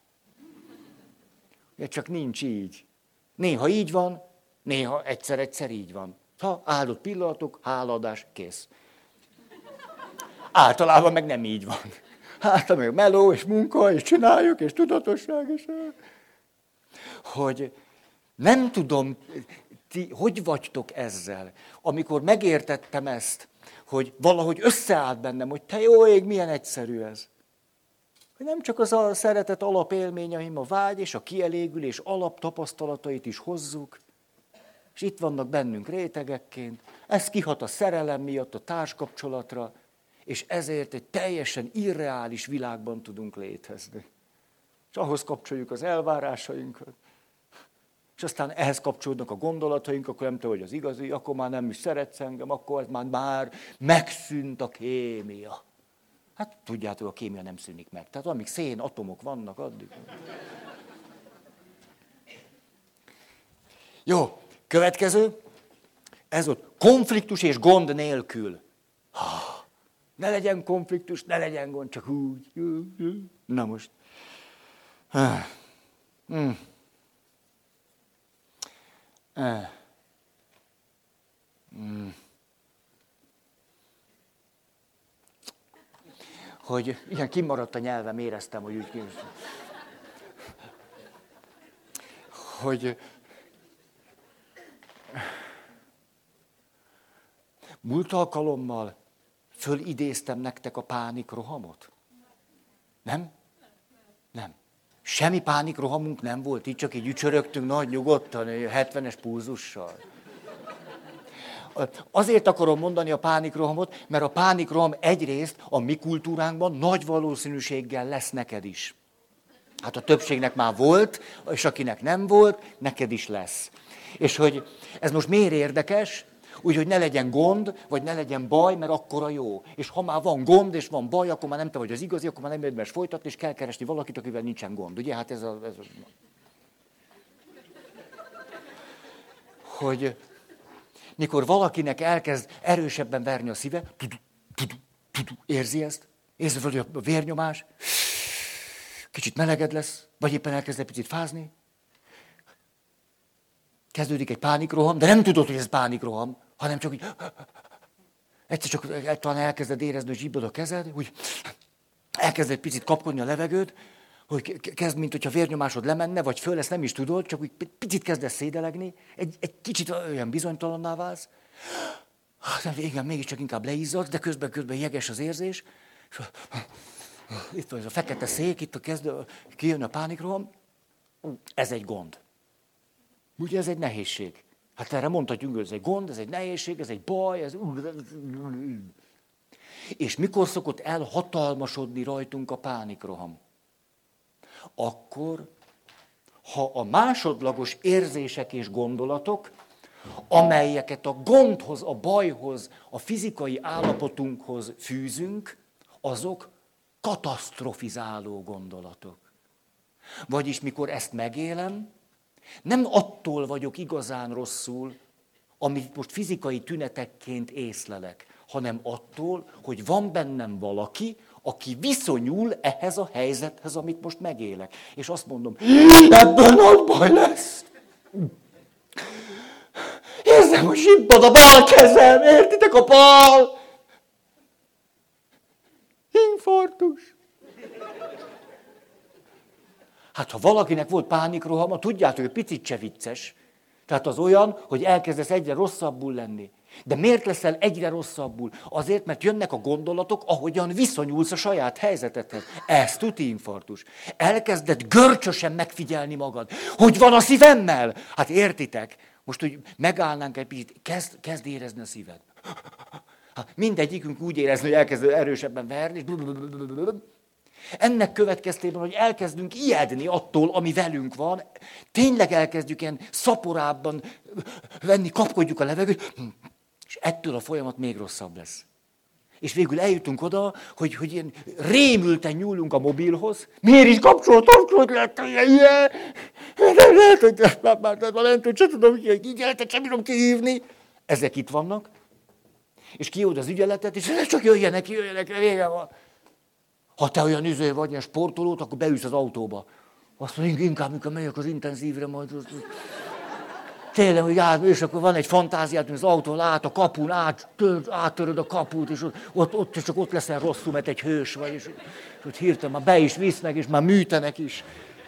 Csak nincs így. Néha így van, néha egyszer így van. Ha áldott pillanatok, hálaadás, kész. Általában meg nem így van. Általában meg meló, és munka, és csináljuk, és tudatosság, és... Hogy nem tudom, ti hogy vagytok ezzel, amikor megértettem ezt, hogy valahogy összeállt bennem, hogy te jó ég, milyen egyszerű ez. Hogy nem csak az a szeretet alapélmény, hanem a vágy és a kielégülés alaptapasztalatait is hozzuk, és itt vannak bennünk rétegekként, ez kihat a szerelem miatt, a társkapcsolatra, és ezért egy teljesen irreális világban tudunk létezni. És ahhoz kapcsoljuk az elvárásainkat, és aztán ehhez kapcsolódnak a gondolataink, akkor nem te vagy az igazi, akkor már nem is szeretsz engem, akkor ez már megszűnt a kémia. Hát tudjátok, a kémia nem szűnik meg. Tehát amíg szénatomok vannak, addig. Jó, következő. Ez ott konfliktus és gond nélkül. Ne legyen konfliktus, ne legyen gond, csak úgy. Na most. Hogy igen, kimaradt a nyelvem, éreztem, hogy úgy... Hogy... Múlt alkalommal fölidéztem nektek a pánikrohamot? Nem? Nem. Semmi pánikrohamunk nem volt, így csak így ücsörögtünk nagy nyugodtan, 70-es pulzussal. Azért akarom mondani a pánikrohamot, mert a pánikroham egyrészt a mi kultúránkban nagy valószínűséggel lesz neked is. Hát a többségnek már volt, és akinek nem volt, neked is lesz. És hogy ez most miért érdekes? Úgyhogy ne legyen gond, vagy ne legyen baj, mert akkora jó. És ha már van gond, és van baj, akkor már nem te vagy az igazi, akkor már nem érdemes folytatni, és kell keresni valakit, akivel nincsen gond. Ugye? Hát ez a... Hogy mikor valakinek elkezd erősebben verni a szíve, érzi ezt? Érzi fel, hogy a vérnyomás, kicsit meleged lesz, vagy éppen elkezd egy picit fázni. Kezdődik egy pánikroham, de nem tudod, hogy ez pánikroham, hanem csak úgy... Egyszer csak talán elkezded érezni, hogy zsibbad a kezed, úgy elkezd egy picit kapkodni a levegőd, hogy kezd, mint hogyha vérnyomásod lemenne, vagy föl, ezt nem is tudod, csak úgy picit kezdesz szédelegni, egy kicsit olyan bizonytalanná válsz. De igen, mégiscsak inkább leizzadsz, de közben jeges az érzés. Itt van ez a fekete szék, itt kijön a pánikroham. Ez egy gond. Ugye ez egy nehézség. Hát erre mondhatjuk, hogy ez egy gond, ez egy nehézség, ez egy baj, ez... És mikor szokott elhatalmasodni rajtunk a pánikroham? Akkor, ha a másodlagos érzések és gondolatok, amelyeket a gondhoz, a bajhoz, a fizikai állapotunkhoz fűzünk, azok katasztrofizáló gondolatok. Vagyis mikor ezt megélem, nem attól vagyok igazán rosszul, amit most fizikai tünetekként észlelek, hanem attól, hogy van bennem valaki, aki viszonyul ehhez a helyzethez, amit most megélek. És azt mondom, ebből nagy baj lesz. Érzem, hogy zsibbad a bal kezem, értitek, a bal. Infarktus. Hát ha valakinek volt pánikrohama, tudjátok, hogy picit se vicces. Tehát az olyan, hogy elkezdesz egyre rosszabbul lenni. De miért leszel egyre rosszabbul? Azért, mert jönnek a gondolatok, ahogyan viszonyulsz a saját helyzetedhez. Ez tuti infarktus. Elkezded görcsösen megfigyelni magad. Hogy van a szívemmel? Hát értitek? Most, hogy megállnánk egy picit, kezd érezni a szíved. Hát mindegyikünk úgy érezni, hogy elkezd erősebben verni. Ennek következtében, hogy elkezdünk ijedni attól, ami velünk van, tényleg elkezdjük ilyen szaporábban venni, kapkodjuk a levegőt, és ettől a folyamat még rosszabb lesz. És végül eljutunk oda, hogy ilyen rémülten nyúlunk a mobilhoz. Miért is kapcsoltam, hogy lehet ilyen? Lehet, hogy nem tudom, hogy ügyeletet sem bírom kihívni. Ezek itt vannak. És kiad az ügyeletet, és csak jöjjenek, vége van. Ha te olyan üző vagy, ilyen sportolót, akkor beülsz az autóba. Azt mondja, inkább, mikor megyek az intenzívre, majd... Tényleg, hogy jár, és akkor van egy fantáziát, hogy az autó lát a kapun, áttöröd a kaput, és ott leszel rosszul, mert egy hős vagy, és ott hirtelen már be is visznek, és már műtenek is.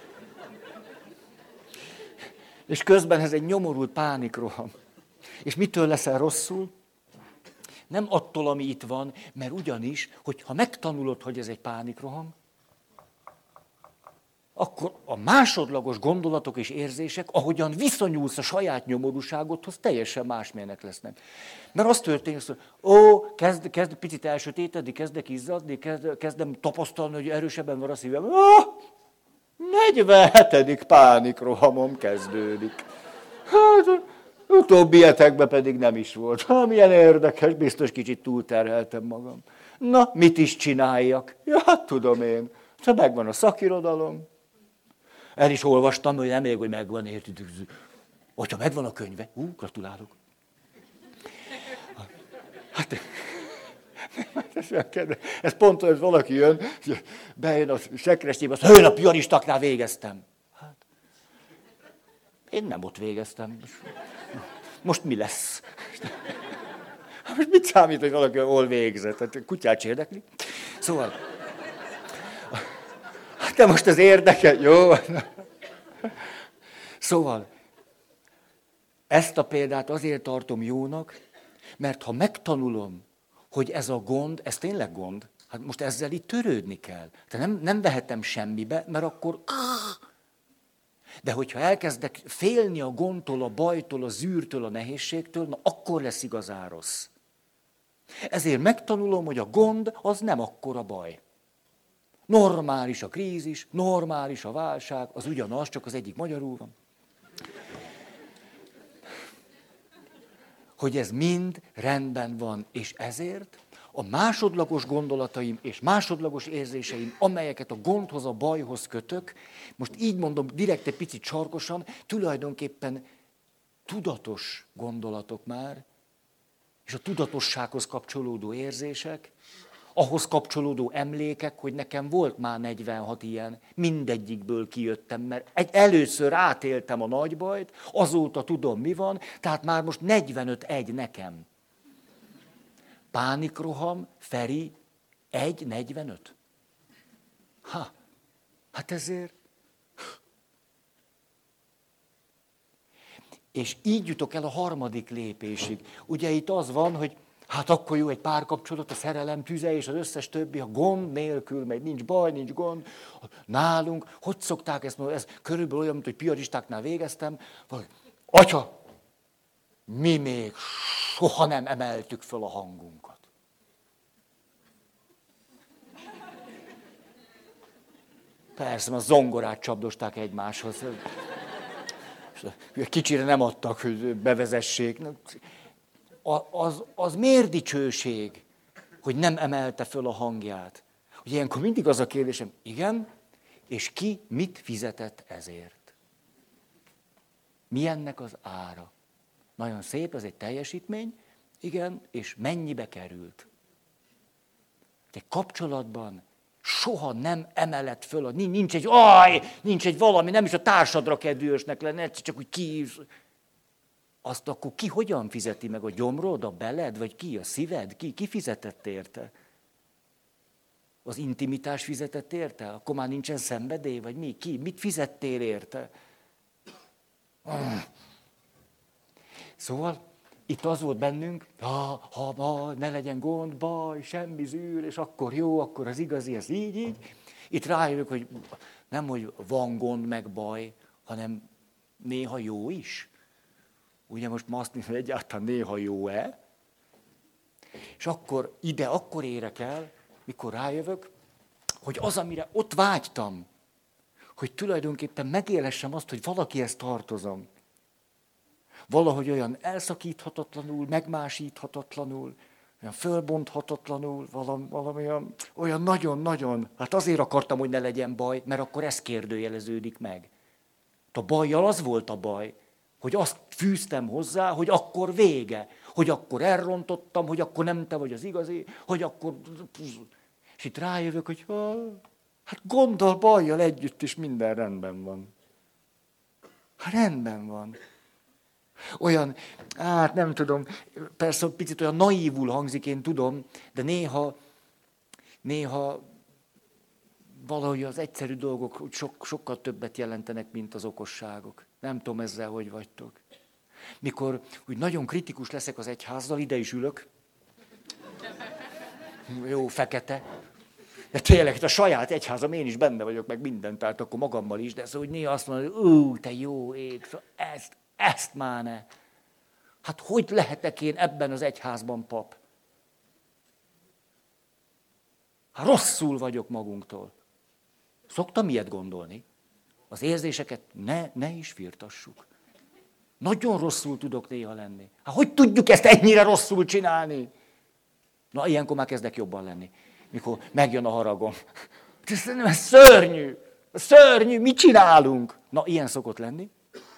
És közben ez egy nyomorult pánikroham. És mitől leszel rosszul? Nem attól, ami itt van, mert ugyanis, hogyha megtanulod, hogy ez egy pánikroham, akkor a másodlagos gondolatok és érzések, ahogyan viszonyulsz a saját nyomorúságodhoz, teljesen másmilyenek lesznek. Mert az történik, hogy kezd picit elsötétedni, kezdek izzadni, kezdem tapasztalni, hogy erősebben van a szívem. 47. pánikrohamom kezdődik. Hát, utóbbi hetekben pedig nem is volt. Milyen érdekes, biztos kicsit túlterheltem magam. Na, mit is csináljak? Ja, hát tudom én. Megvan a szakirodalom. El is olvastam, hogy nem elég, hogy megvan, értitek. Hogyha megvan a könyve, gratulálok. Hát, ez pont, hogy valaki jön, bejön a sekrestébe, azt mondja, a pianistaknál végeztem. Hát, én nem ott végeztem. Most mi lesz? Most mit számít, hogy valaki hol végzett? Hát kutyát se érdekli. Szóval... De most ez érdekel, jó? Szóval, ezt a példát azért tartom jónak, mert ha megtanulom, hogy ez a gond, ez tényleg gond, hát most ezzel itt törődni kell. De nem vehetem semmibe, mert akkor... De hogyha elkezdek félni a gondtól, a bajtól, a zűrtől, a nehézségtől, na akkor lesz igazán rossz. Ezért megtanulom, hogy a gond az nem akkora baj. Normális a krízis, normális a válság, az ugyanaz, csak az egyik magyarul van. Hogy ez mind rendben van, és ezért a másodlagos gondolataim és másodlagos érzéseim, amelyeket a gondhoz, a bajhoz kötök, most így mondom direkt egy picit sarkosan, tulajdonképpen tudatos gondolatok már, és a tudatossághoz kapcsolódó érzések, ahhoz kapcsolódó emlékek, hogy nekem volt már 46 ilyen, mindegyikből kijöttem, mert először átéltem a nagy bajt, azóta tudom, mi van, tehát már most 45 nekem. Pánikroham, Feri, 1,45. Hát ezért. És így jutok el a harmadik lépésig. Ugye itt az van, hogy hát akkor jó egy párkapcsolat, a szerelem tüze és az összes többi, a gond nélkül megy, nincs baj, nincs gond. Nálunk, hogy szokták ezt mondani, ez körülbelül olyan, mint hogy piaristáknál végeztem, vagy, atya, mi még soha nem emeltük föl a hangunkat. Persze, a zongorát csapdosták egymáshoz. Kicsire nem adtak, hogy bevezessék. Az miért dicsőség, hogy nem emelte föl a hangját? Ugye ilyenkor mindig az a kérdésem, igen, és ki mit fizetett ezért? Mi ennek az ára? Nagyon szép, ez egy teljesítmény, igen, és mennyibe került? Egy kapcsolatban soha nem emeled föl, nincs egy valami, nem is a társadra kell dühösnek lenni, csak úgy kiívsz. Azt akkor ki hogyan fizeti meg? A gyomrod, a beled, vagy ki? A szíved? Ki fizetett érte? Az intimitás fizetett érte? Akkor már nincsen szenvedély, vagy mi? Ki? Mit fizettél érte? Szóval itt az volt bennünk, ne legyen gond, baj, semmi zűr, és akkor jó, akkor az igazi, ez így. Itt rájövök, hogy nem, hogy van gond meg baj, hanem néha jó is. Ugye most ma azt mondom, hogy egyáltalán néha jó-e? És akkor érek el, mikor rájövök, hogy az, amire ott vágytam, hogy tulajdonképpen megélessem azt, hogy valakihez tartozom. Valahogy olyan elszakíthatatlanul, megmásíthatatlanul, olyan fölbonthatatlanul, valami olyan nagyon-nagyon, hát azért akartam, hogy ne legyen baj, mert akkor ez kérdőjeleződik meg. A bajjal az volt a baj, hogy azt fűztem hozzá, hogy akkor vége, hogy akkor elrontottam, hogy akkor nem te vagy az igazi, hogy akkor... És itt rájövök, hogy hát gondol bajjal együtt is minden rendben van. Hát rendben van. Olyan, hát nem tudom, persze picit olyan naívul hangzik, én tudom, de néha valahogy az egyszerű dolgok sokkal többet jelentenek, mint az okosságok. Nem tudom ezzel, hogy vagytok. Mikor úgy nagyon kritikus leszek az egyházzal, ide is ülök. Jó, fekete. De tényleg, a saját egyházam, én is benne vagyok, meg mindent, tehát akkor magammal is, de szóval, hogy néha azt mondod, hogy te jó ég, ezt már ne. Hát hogy lehetek én ebben az egyházban pap? Hát rosszul vagyok magunktól. Szoktam ilyet gondolni. Az érzéseket ne is firtassuk. Nagyon rosszul tudok néha lenni. Hát hogy tudjuk ezt ennyire rosszul csinálni? Na, ilyenkor már kezdek jobban lenni. Mikor megjön a haragom. Ez szörnyű. Szörnyű, mit csinálunk? Na, ilyen szokott lenni.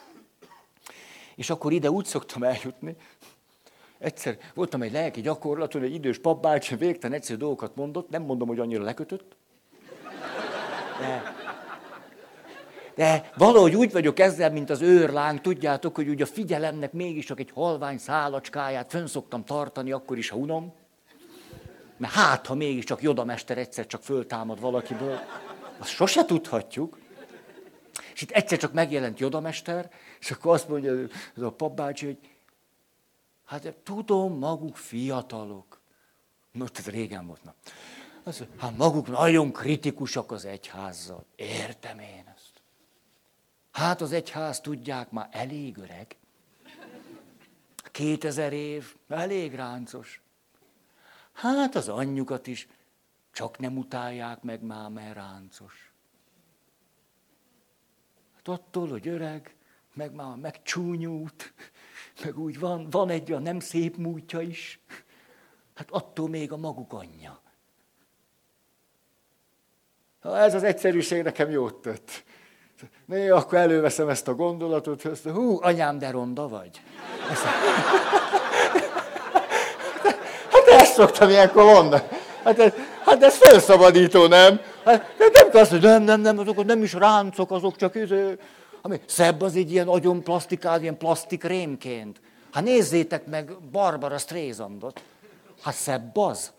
És akkor ide úgy szoktam eljutni. Egyszer voltam egy lelki gyakorlaton, egy idős papbácsi végtelen egyszerű dolgokat mondott, nem mondom, hogy annyira lekötött. De valahogy úgy vagyok ezzel, mint az őrláng, tudjátok, hogy ugye a figyelemnek mégis csak egy halvány szálacskáját fönn szoktam tartani, akkor is, ha unom. Mert hát, ha mégiscsak Joda mester egyszer csak föltámad valakiből, azt sose tudhatjuk. És itt egyszer csak megjelent Joda mester, és akkor azt mondja ez a papbácsi, hogy hát tudom, maguk fiatalok. Most ez régen volt. Azt mondja, hát maguk nagyon kritikusak az egyházzal. Értem én ezt. Hát az egyház, tudják, már elég öreg. 2000 év, elég ráncos. Hát az anyjukat is csak nem utálják meg már, mert ráncos. Hát attól, hogy öreg, meg már megcsúnyult, meg úgy van egy olyan nem szép múltja is. Hát attól még a maguk anyja. Ez az egyszerűség nekem jót tett. Néha akkor előveszem ezt a gondolatot, hogy anyám, de ronda vagy. Hát ezt szoktam ilyenkor mondani. Hát ez felszabadító, nem? Hát nem azt, hogy nem, azok nem is ráncok, azok csak ami szebb az egy ilyen agyon plastikál, ilyen plastikrémként. Hát nézzétek meg Barbara Streisandot. Hát szebb az.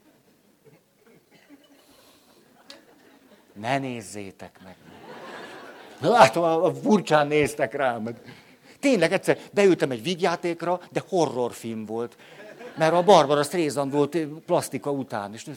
Ne nézzétek meg. Látom, a furcsán néztek rám. Tényleg egyszer beültem egy vígjátékra, de horrorfilm volt. Mert a Barbara Streisand volt plastika után. És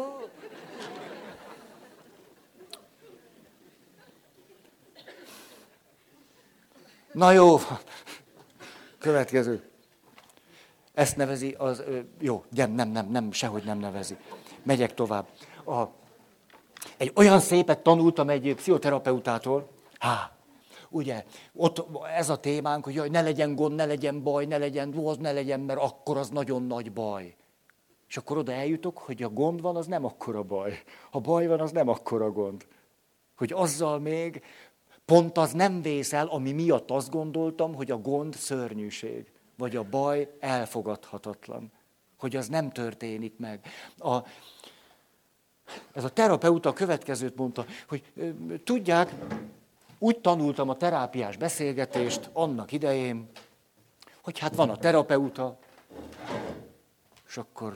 na jó, következő. Ezt nevezi jó, nem, sehogy nem nevezi. Megyek tovább. Egy olyan szépet tanultam egy pszichoterapeutától, ugye, ott ez a témánk, hogy jaj, ne legyen gond, ne legyen baj, ne legyen, mert akkor az nagyon nagy baj. És akkor oda eljutok, hogy a gond van, az nem akkora baj. Ha baj van, az nem akkora gond. Hogy azzal még pont az nem vész el, ami miatt azt gondoltam, hogy a gond szörnyűség, vagy a baj elfogadhatatlan. Hogy az nem történik meg. Ez a terapeuta a következőt mondta, hogy tudják, úgy tanultam a terápiás beszélgetést annak idején, hogy hát van a terapeuta, és akkor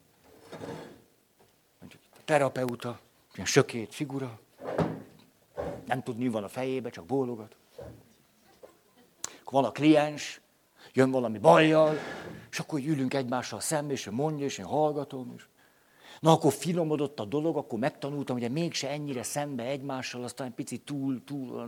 mondjuk a terapeuta, ilyen sökét figura, nem tud, mi van a fejébe, csak bólogat. Akkor van a kliens, jön valami bajjal, és akkor ülünk egymással szembe, és ő mondja, és én hallgatom. És... Na, akkor finomodott a dolog, akkor megtanultam, hogy mégse ennyire szembe egymással, aztán egy picit túl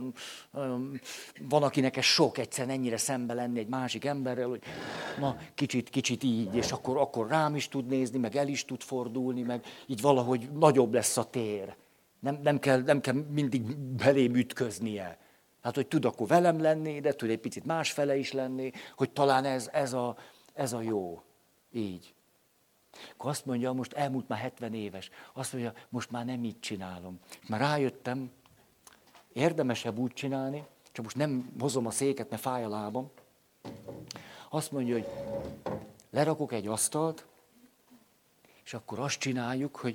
van, akinek ez sok egyszerűen ennyire szembe lenni egy másik emberrel, hogy na, kicsit így, és akkor rám is tud nézni, meg el is tud fordulni, meg így valahogy nagyobb lesz a tér. Nem kell mindig belém ütköznie. Hát, hogy tud akkor velem lenni, de tud egy picit másfele is lenni, hogy talán ez a jó. Így. Akkor azt mondja, most elmúlt már 70 éves, azt mondja, most már nem így csinálom. Már rájöttem, érdemesebb úgy csinálni, csak most nem hozom a széket, mert fáj a lábam. Azt mondja, hogy lerakok egy asztalt, és akkor azt csináljuk, hogy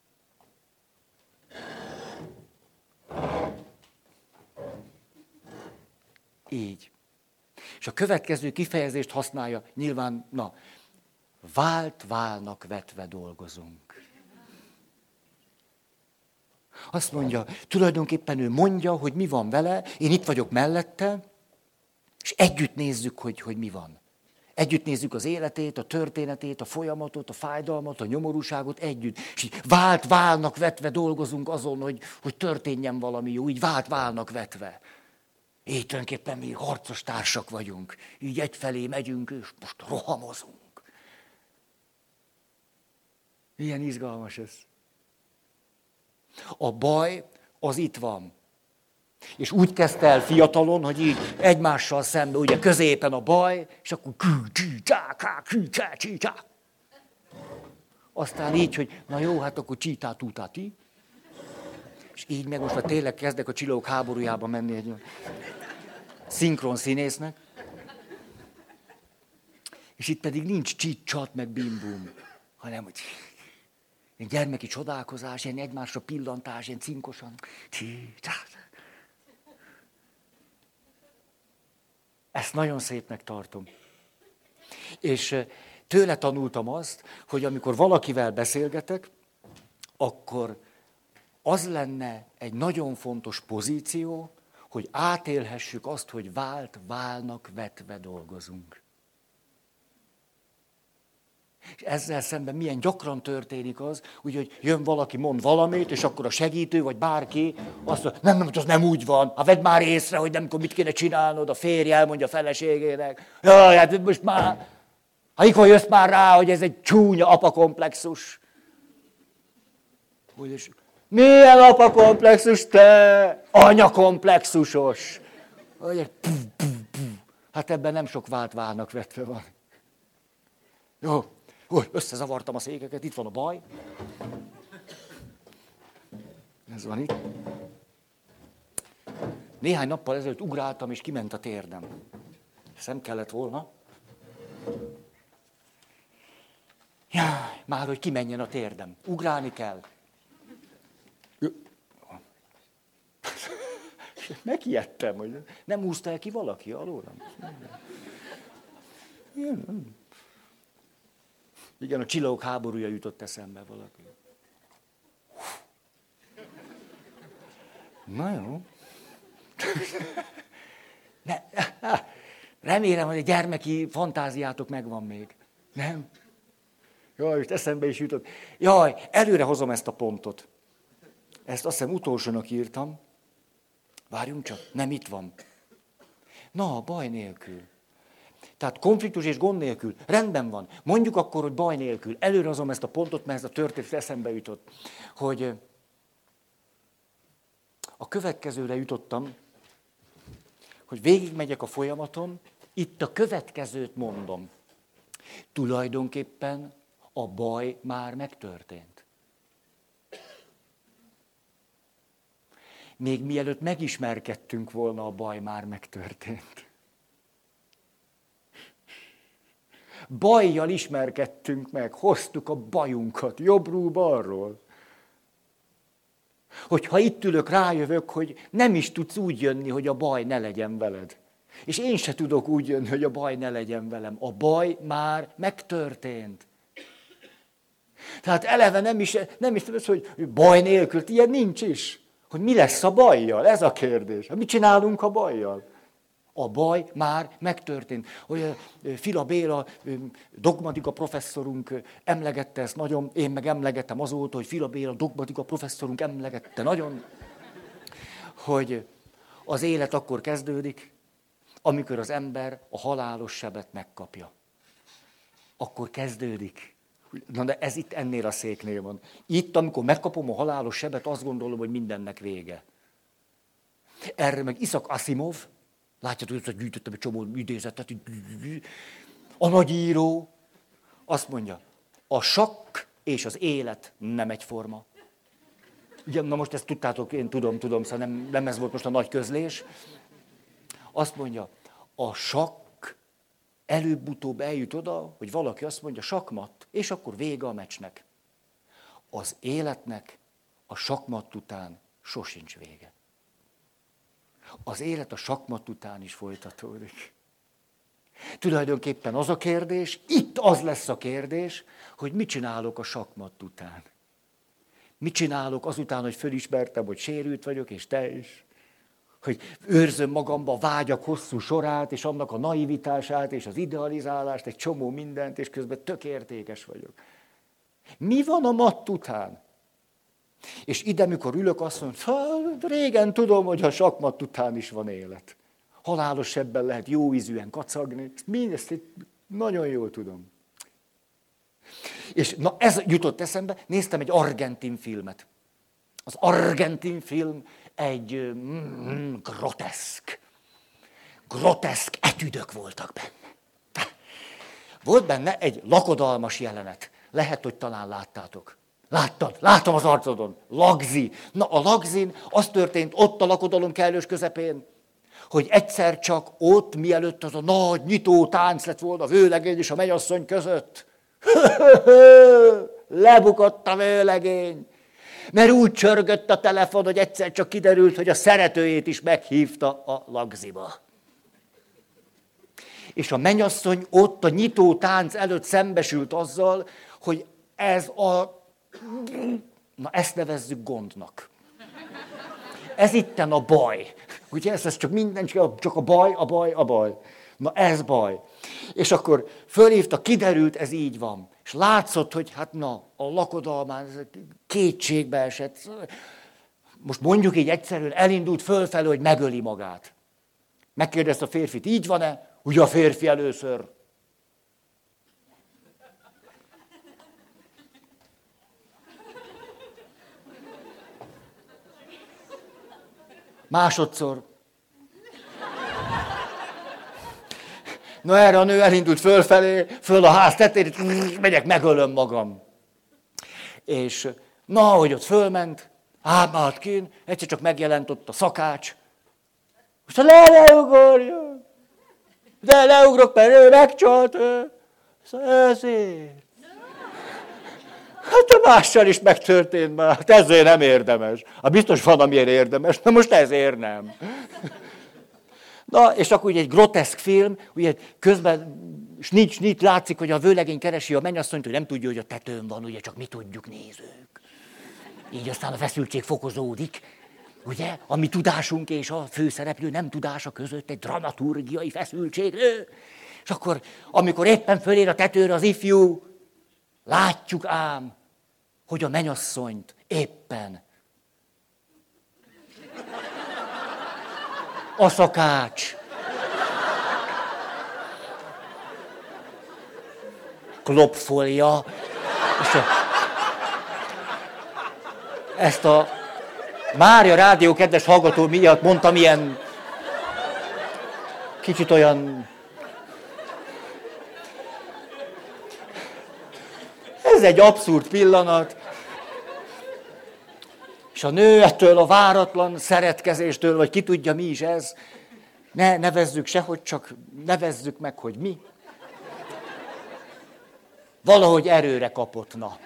így. És a következő kifejezést használja, nyilván, válnak vetve dolgozunk. Azt mondja, tulajdonképpen ő mondja, hogy mi van vele, én itt vagyok mellette, és együtt nézzük, hogy mi van. Együtt nézzük az életét, a történetét, a folyamatot, a fájdalmat, a nyomorúságot együtt. És így válnak vetve dolgozunk azon, hogy történjen valami jó, így válnak vetve. Így tulajdonképpen mi harcos társak vagyunk. Így egyfelé megyünk, és most rohamozunk. Milyen izgalmas ez. A baj az itt van. És úgy kezdte el fiatalon, hogy így egymással szemben, ugye középen a baj, és akkor aztán így, hogy na jó, hát akkor csítá-tútá-ti. És így meg most már tényleg kezdek a Csillagok háborújába menni egy szinkron színésznek. És itt pedig nincs csit-csat, meg bim-bum, hanem hogy ilyen gyermeki csodálkozás, ilyen egymásra pillantás, ilyen cinkosan. Ezt nagyon szépnek tartom. És tőle tanultam azt, hogy amikor valakivel beszélgetek, akkor az lenne egy nagyon fontos pozíció, hogy átélhessük azt, hogy válnak vetve dolgozunk. És ezzel szemben milyen gyakran történik az, hogy jön valaki, mond valamit, és akkor a segítő, vagy bárki azt mondja, nem, az nem úgy van, hát vedd már észre, hogy nem mit kéne csinálnod, a férj elmondja a feleségének. Jaj, hát most már, mikor jössz már rá, hogy ez egy csúnya apakomplexus. Milyen apakomplexus, te anyakomplexusos? Hát ebben nem sok válnak vetve van. Jó. Összezavartam a székeket, itt van a baj. Ez van itt. Néhány nappal ezelőtt ugráltam, és kiment a térdem. Szem kellett volna. Jaj, már hogy kimenjen a térdem. Ugrálni kell. Megijedtem, hogy nem úszta el ki valaki alólam. Igen, a Csillagok háborúja jutott eszembe valaki. Na jó. Remélem, hogy a gyermeki fantáziátok megvan még. Nem? Jaj, most eszembe is jutott. Jaj, előre hozom ezt a pontot. Ezt azt hiszem utolsónak írtam. Várjunk csak, nem itt van. Na, baj nélkül. Tehát konfliktus és gond nélkül. Rendben van. Mondjuk akkor, hogy baj nélkül. Előre hozom ezt a pontot, mert ez a történet eszembe jutott. Hogy a következőre jutottam, hogy végigmegyek a folyamaton, itt a következőt mondom. Tulajdonképpen a baj már megtörtént. Még mielőtt megismerkedtünk volna, a baj már megtörtént. Bajjal ismerkedtünk meg, hoztuk a bajunkat jobbról-balról. Hogyha itt ülök, rájövök, hogy nem is tudsz úgy jönni, hogy a baj ne legyen veled. És én se tudok úgy jönni, hogy a baj ne legyen velem. A baj már megtörtént. Tehát eleve nem is tudod, hogy baj nélkül, ilyen nincs is. Hogy mi lesz a bajjal? Ez a kérdés. Mit csinálunk a bajjal? A baj már megtörtént. Hogy Fila Béla, dogmatika professzorunk emlegette ezt nagyon, én meg emlegettem azóta, hogy Fila Béla, dogmatika professzorunk emlegette nagyon, hogy az élet akkor kezdődik, amikor az ember a halálos sebet megkapja. Akkor kezdődik. Na de ez itt ennél a széknél van. Itt, amikor megkapom a halálos sebet, azt gondolom, hogy mindennek vége. Erre meg Isaac Asimov, látjátok, hogy gyűjtöttem egy csomó idézetet, a nagyíró azt mondja, a sakk és az élet nem egyforma. Ugye, na most ezt tudtátok, én tudom, szóval nem ez volt most a nagy közlés. Azt mondja, a sakk előbb-utóbb eljut oda, hogy valaki azt mondja, sakmat, és akkor vége a meccsnek. Az életnek a sakmat után sosincs vége. Az élet a sakmat után is folytatódik. Tulajdonképpen az a kérdés, itt az lesz a kérdés, hogy mit csinálok a sakmat után. Mit csinálok azután, hogy fölismertem, hogy sérült vagyok, és te is. Hogy őrzöm magamba a vágyak hosszú sorát, és annak a naivitását, és az idealizálást, egy csomó mindent, és közben tök értékes vagyok. Mi van a matt után? És ide, mikor ülök, azt mondom, régen tudom, hogy a sakmat után is van élet. Halálos sebben lehet jó ízűen kacagni, mindezt nagyon jól tudom. És na ez jutott eszembe, néztem egy argentin filmet. Az argentin film egy groteszk etüdök voltak benne. Volt benne egy lakodalmas jelenet. Lehet, hogy talán láttátok. Láttad? Látom az arcodon. Lagzi. Na, a lagzin az történt ott a lakodalom kellős közepén, hogy egyszer csak ott, mielőtt az a nagy nyitó tánc lett volna a vőlegény és a mennyasszony között, lebukott a vőlegény. Mert úgy csörgött a telefon, hogy egyszer csak kiderült, hogy a szeretőjét is meghívta a lagziba. És a mennyasszony ott a nyitó tánc előtt szembesült azzal, hogy ez a... Na, ezt nevezzük gondnak. Ez itten a baj. Ugye ez csak minden, csak a baj. Na, ez baj. És akkor fölhívta, kiderült, ez így van. És látszott, hogy hát na, a lakodalmán kétségbe esett. Most mondjuk így egyszerűen elindult fölfelé, hogy megöli magát. Megkérdezte a férfit, így van-e? Ugye a férfi először. Másodszor. Na erre a nő elindult fölfelé, föl a ház tetejére, megyek, megölöm magam. És na, ahogy ott fölment, állt kín, egyszer csak megjelent ott a szakács. Most leugorjon! De leugrok, mert ő megcsalt, Szóval ezért. Hát a mással is megtörtént már, hát ezért nem érdemes. Hát biztos van, amiért érdemes, de most ezért nem. Na, és akkor ugye egy groteszk film, ugye közben snit látszik, hogy a vőlegény keresi a mennyasszonyt, hogy nem tudja, hogy a tetőn van, ugye csak mi tudjuk, nézők. Így aztán a feszültség fokozódik, ugye, a mi tudásunk és a főszereplő nem tudása között egy dramaturgiai feszültség. És akkor, amikor éppen fölér a tetőre az ifjú, látjuk ám, hogy a mennyasszonyt éppen a szakács klopfolja, és ezt a Mária Rádió kedves hallgató miatt mondtam ilyen kicsit olyan... Ez egy abszurd pillanat. És a nő ettől a váratlan szeretkezéstől, vagy ki tudja mi is ez, ne nevezzük sehogy, csak nevezzük meg, hogy mi. Valahogy erőre kapott, na.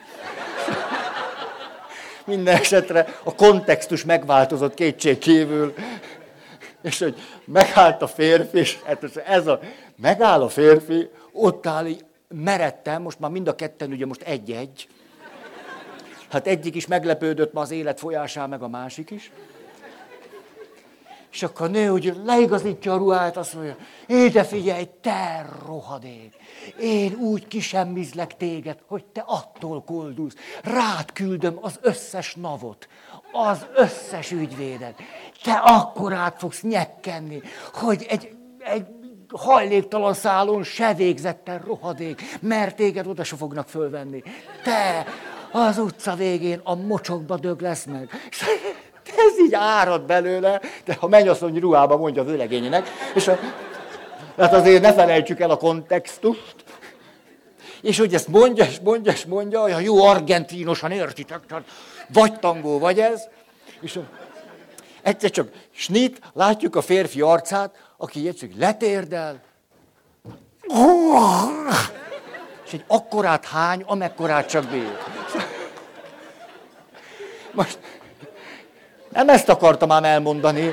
Minden esetre a kontextus megváltozott kétségkívül. És hogy megállt a férfi, és megáll a férfi, ott áll így meredtem, most már mind a ketten, ugye most egy-egy. Hát egyik is meglepődött ma az élet folyásán, meg a másik is. És akkor a nő úgy leigazítja a ruhát, azt mondja, ide figyelj, te rohadék, én úgy kisemmizlek téged, hogy te attól koldulsz. Rád küldöm az összes navot, az összes ügyvédet. Te akkorát fogsz nyekkenni, hogy egy hajléktalan szálon se végzetten rohadék, mert téged oda se fognak fölvenni. Te az utca végén a mocsokba dög lesz meg. Ez így árad belőle, de ha mennyasszonyi ruhába mondja a vőlegényének, hát azért ne felejtsük el a kontextust. És hogy ezt mondja, olyan jó argentinosan értitek, vagy tangó, vagy ez. És egyszer csak snit, látjuk a férfi arcát, aki egyszer letérdel, és egy akkorát hány, amekkorát csak bír. Most nem ezt akartam ám elmondani.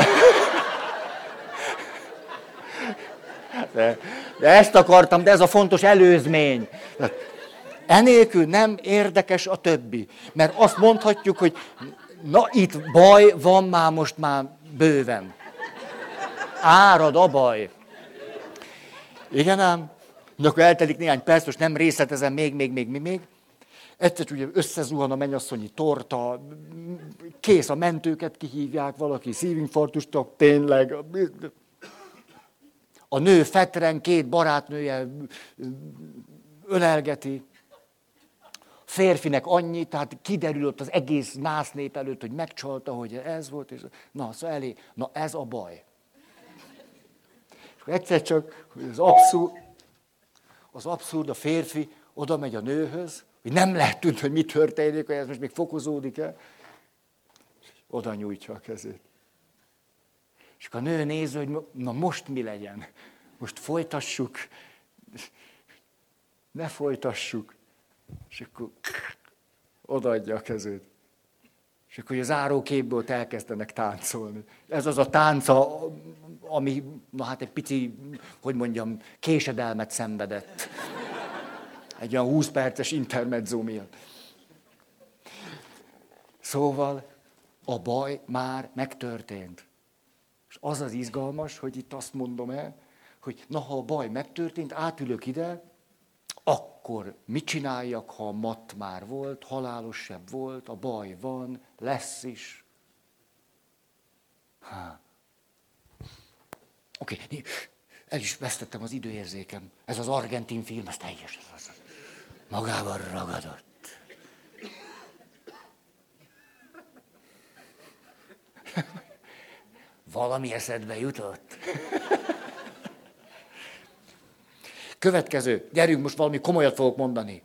De ezt akartam, de ez a fontos előzmény. Enélkül nem érdekes a többi. Mert azt mondhatjuk, hogy na itt baj van most már bőven. Árad a baj. Igen ám? Akkor eltelik néhány perc, most nem részletezem még. Egyszer ugye összezuhan a mennyasszonyi torta, kész, a mentőket kihívják, valaki szívinfarktustak, tényleg. A nő fetren, két barátnője ölelgeti. Férfinek annyi, tehát kiderül ott az egész násznép előtt, hogy megcsalta, hogy ez volt, és na, szóval na ez a baj. És egyszer csak az abszurd, a férfi oda megy a nőhöz, hogy nem lehet tudni, hogy mi történik, hogy ez most még fokozódik-e. Oda nyújtja a kezét. És akkor a nő néz, hogy na most mi legyen? Most folytassuk? Ne folytassuk. És akkor odaadja a kezét. És akkor a záróképből ott elkezdenek táncolni. Ez az a tánca, ami, na hát egy pici, hogy mondjam, késedelmet szenvedett. Egy olyan 20 perces intermezzo miatt. Szóval a baj már megtörtént. És az az izgalmas, hogy itt azt mondom el, hogy na, ha a baj megtörtént, átülök ide, akkor mit csináljak, ha a matt már volt, halálosebb volt, a baj van, lesz is. Oké, el is vesztettem az időérzékem. Ez az argentin film, ez teljes. Magával ragadott. Valami eszedbe jutott? Következő, gyerünk, most valami komolyat fogok mondani.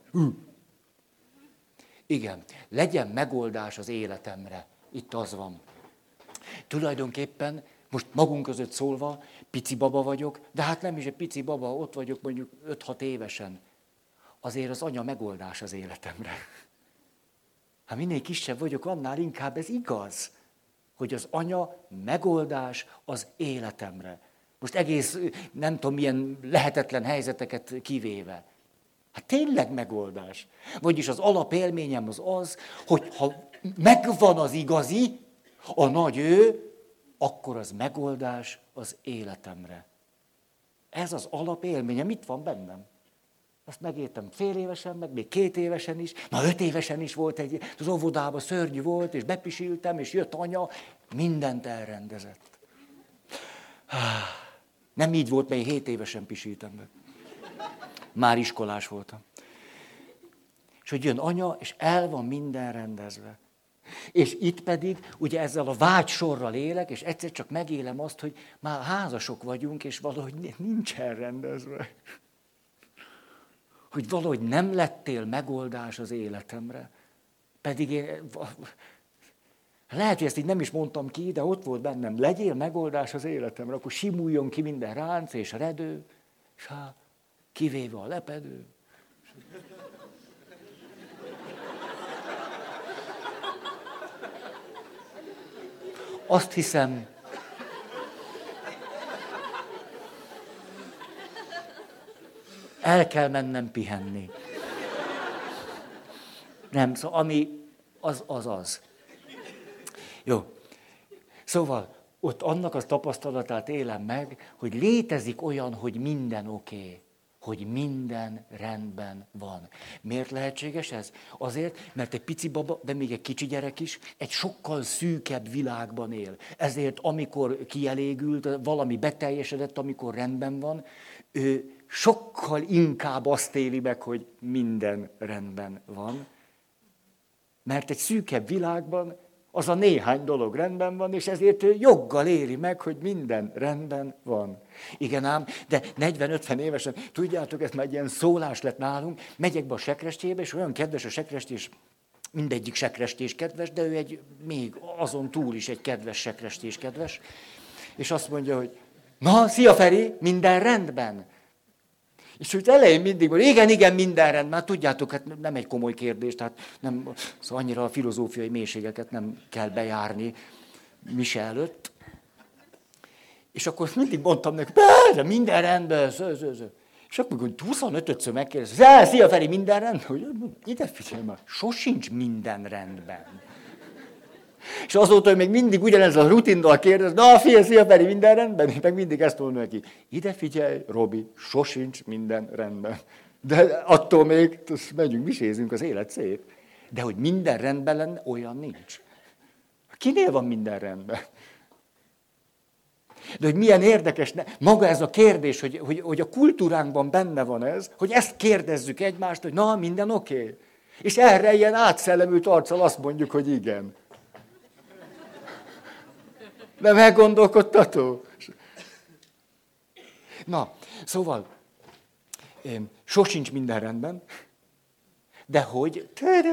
Igen, legyen megoldás az életemre. Itt az van. Tulajdonképpen, most magunk között szólva, pici baba vagyok, de hát nem is egy pici baba, ott vagyok mondjuk 5-6 évesen. Azért az anya megoldás az életemre. Ha minél kisebb vagyok, annál inkább ez igaz, hogy az anya megoldás az életemre. Most egész, nem tudom, milyen lehetetlen helyzeteket kivéve. Hát tényleg megoldás. Vagyis az alapélményem az, hogy ha megvan az igazi, a nagy ő, akkor az megoldás az életemre. Ez az alapélményem, itt van bennem. Ezt megértem fél évesen, meg még 2 évesen is, 5 évesen is volt az óvodában szörnyű volt, és bepisiltem, és jött anya, mindent elrendezett. Nem így volt, mert én 7 évesen pisiltem be. Már iskolás voltam. És hogy jön anya, és el van minden rendezve. És itt pedig ugye ezzel a vágysorral élek, és egyszer csak megélem azt, hogy már házasok vagyunk, és valahogy nincsen rendezve. Hogy valahogy nem lettél megoldás az életemre. Pedig én, lehet, hogy ezt így nem is mondtam ki, de ott volt bennem, legyél megoldás az életemre, akkor simuljon ki minden ránc és redő, és kivéve a lepedő. Azt hiszem, el kell mennem pihenni. Nem, szóval ami az. Jó. Szóval ott annak az tapasztalatát élem meg, hogy létezik olyan, hogy minden oké, hogy minden rendben van. Miért lehetséges ez? Azért, mert egy pici baba, de még egy kicsi gyerek is, egy sokkal szűkebb világban él. Ezért, amikor kielégült, valami beteljesedett, amikor rendben van, ő sokkal inkább azt éli meg, hogy minden rendben van. Mert egy szűkebb világban az a néhány dolog rendben van, és ezért ő joggal éli meg, hogy minden rendben van. Igen ám, de 40-50 évesen, tudjátok, ez már egy ilyen szólás lett nálunk, megyek be a sekrestébe, és olyan kedves a sekrestés, mindegyik sekrestés kedves, de ő egy még azon túl is egy kedves sekrestés kedves, és azt mondja, hogy na, szia Feri, minden rendben? És úgy elején mindig mondja, igen, minden rendben, hát tudjátok, hát nem egy komoly kérdés, tehát nem, szóval annyira a filozófiai mélységeket nem kell bejárni mise előtt. És akkor mindig mondtam neki, persze, minden rendben, És akkor 25-ször megkérdezte, szia Feri, minden rendben? Hogy ide figyelj már, sosincs minden rendben. És azóta, hogy még mindig ugyanez a rutinnal kérdez, na szia Feri, minden rendben? Én meg mindig ezt mondom neki, ide figyelj, Robi, sosincs minden rendben. De attól még megyünk, misézünk, az élet szép. De hogy minden rendben lenne, olyan nincs. Kinél van minden rendben? De hogy milyen érdekes, maga ez a kérdés, hogy a kultúránkban benne van ez, hogy ezt kérdezzük egymást, hogy na, minden oké. És erre ilyen átszellemült arccal azt mondjuk, hogy igen. De meggondolkodtató. Na, szóval, sosincs minden rendben, de hogy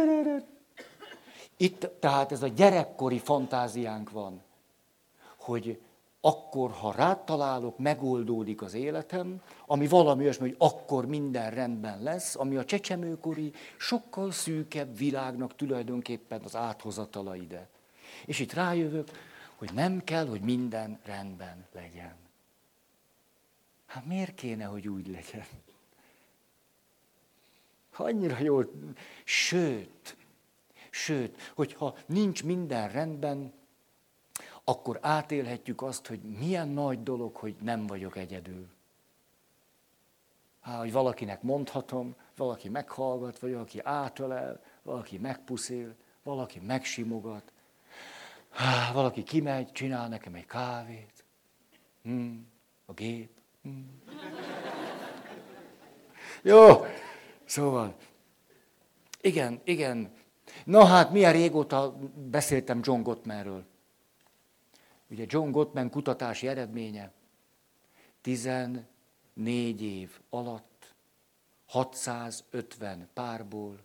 itt tehát ez a gyerekkori fantáziánk van, hogy akkor, ha rád találok, megoldódik az életem, ami valami olyasmi, hogy akkor minden rendben lesz, ami a csecsemőkori, sokkal szűkebb világnak tulajdonképpen az áthozatala ide. És itt rájövök, hogy nem kell, hogy minden rendben legyen. Hát miért kéne, hogy úgy legyen? Annyira jól. Sőt, hogyha nincs minden rendben, akkor átélhetjük azt, hogy milyen nagy dolog, hogy nem vagyok egyedül. Hogy valakinek mondhatom, valaki meghallgat, vagy valaki átölel, valaki megpuszél, valaki megsimogat. Valaki kimegy, csinál nekem egy kávét. A gép. Jó, szóval, igen. Na hát, milyen régóta beszéltem John Gottmanről. Ugye John Gottman kutatási eredménye 14 év alatt 650 párból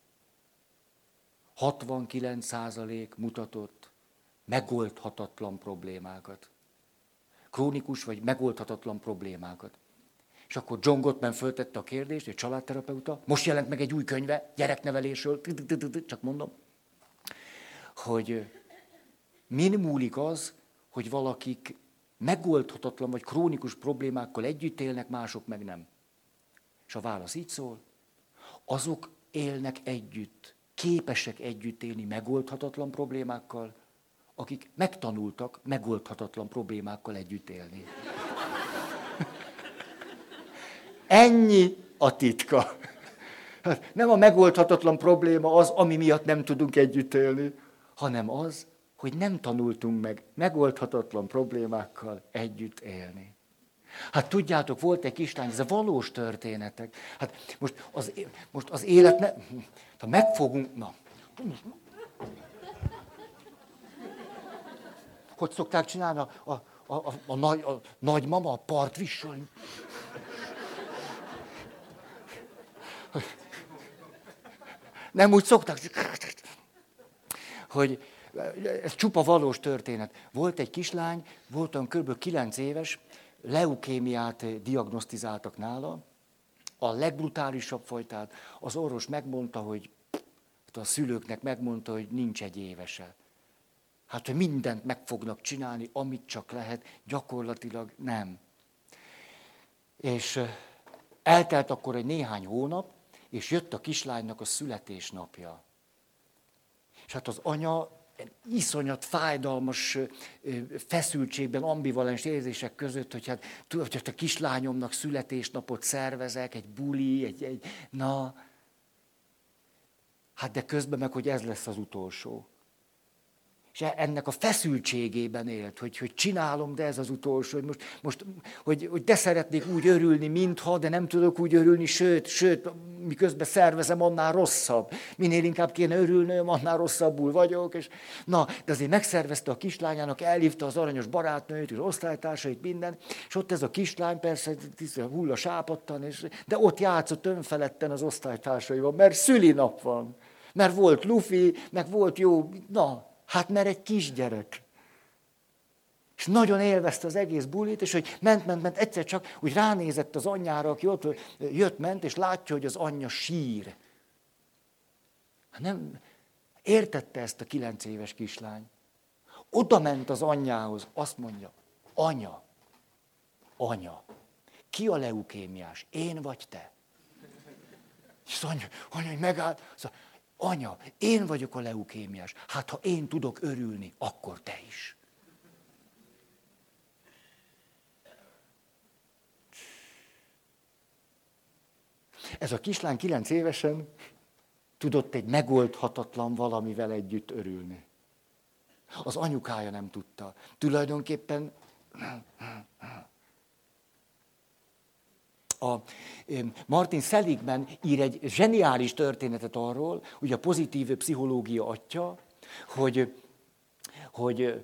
69% mutatott megoldhatatlan problémákat. Krónikus vagy megoldhatatlan problémákat. És akkor John Gottman föltette a kérdést, hogy családterapeuta, most jelent meg egy új könyve gyereknevelésről, csak mondom, hogy min múlik az, hogy valakik megoldhatatlan vagy krónikus problémákkal együtt élnek, mások meg nem. És a válasz így szól, azok élnek együtt, képesek együtt élni megoldhatatlan problémákkal, akik megtanultak megoldhatatlan problémákkal együtt élni. Ennyi a titka. Nem a megoldhatatlan probléma az, ami miatt nem tudunk együtt élni, hanem az, hogy nem tanultunk meg megoldhatatlan problémákkal együtt élni. Hát tudjátok, volt egy kislány, ez a valós történetek. Hát most az élet ha megfogunk, hogy szokták csinálni a nagymama, a partvisson? Nem úgy szokták, hogy ez csupa valós történet. Volt egy kislány, voltam kb. 9 éves, leukémiát diagnosztizáltak nála, a legbrutálisabb fajtát. Az orvos megmondta, hogy a szülőknek megmondta, hogy nincs egy évese. Hát, hogy mindent meg fognak csinálni, amit csak lehet, gyakorlatilag nem. És eltelt akkor egy néhány hónap, és jött a kislánynak a születésnapja. És hát az anya iszonyat fájdalmas feszültségben, ambivalens érzések között, hogy hát tudod, hogy a kislányomnak születésnapot szervezek, egy buli, na. Hát de közben meg, hogy ez lesz az utolsó. És ennek a feszültségében élt, hogy csinálom, de ez az utolsó, hogy de szeretnék úgy örülni, mintha, de nem tudok úgy örülni, sőt, miközben szervezem, annál rosszabb. Minél inkább kéne örülnöm, annál rosszabbul vagyok. És na, de azért megszervezte a kislányának, elhívta az aranyos barátnőjét, az osztálytársait, minden, és ott ez a kislány persze hull a sápadtan, de ott játszott önfeledten az osztálytársaival, mert szülinap van, mert volt lufi, meg volt jó, na, hát mert egy kisgyerek. És nagyon élvezte az egész bulit, és hogy ment, egyszer csak úgy ránézett az anyjára, aki ott ment, és látja, hogy az anyja sír. Nem értette ezt a 9 éves kislány. Oda ment az anyjához, azt mondja, anya, ki a leukémiás, én vagy te? És az anya megállt, szóval, anya, én vagyok a leukémiás. Hát, ha én tudok örülni, akkor te is. Ez a kislány 9 évesen tudott egy megoldhatatlan valamivel együtt örülni. Az anyukája nem tudta. Tulajdonképpen a Martin Seligman ír egy zseniális történetet arról, ugye a pozitív pszichológia atya, hogy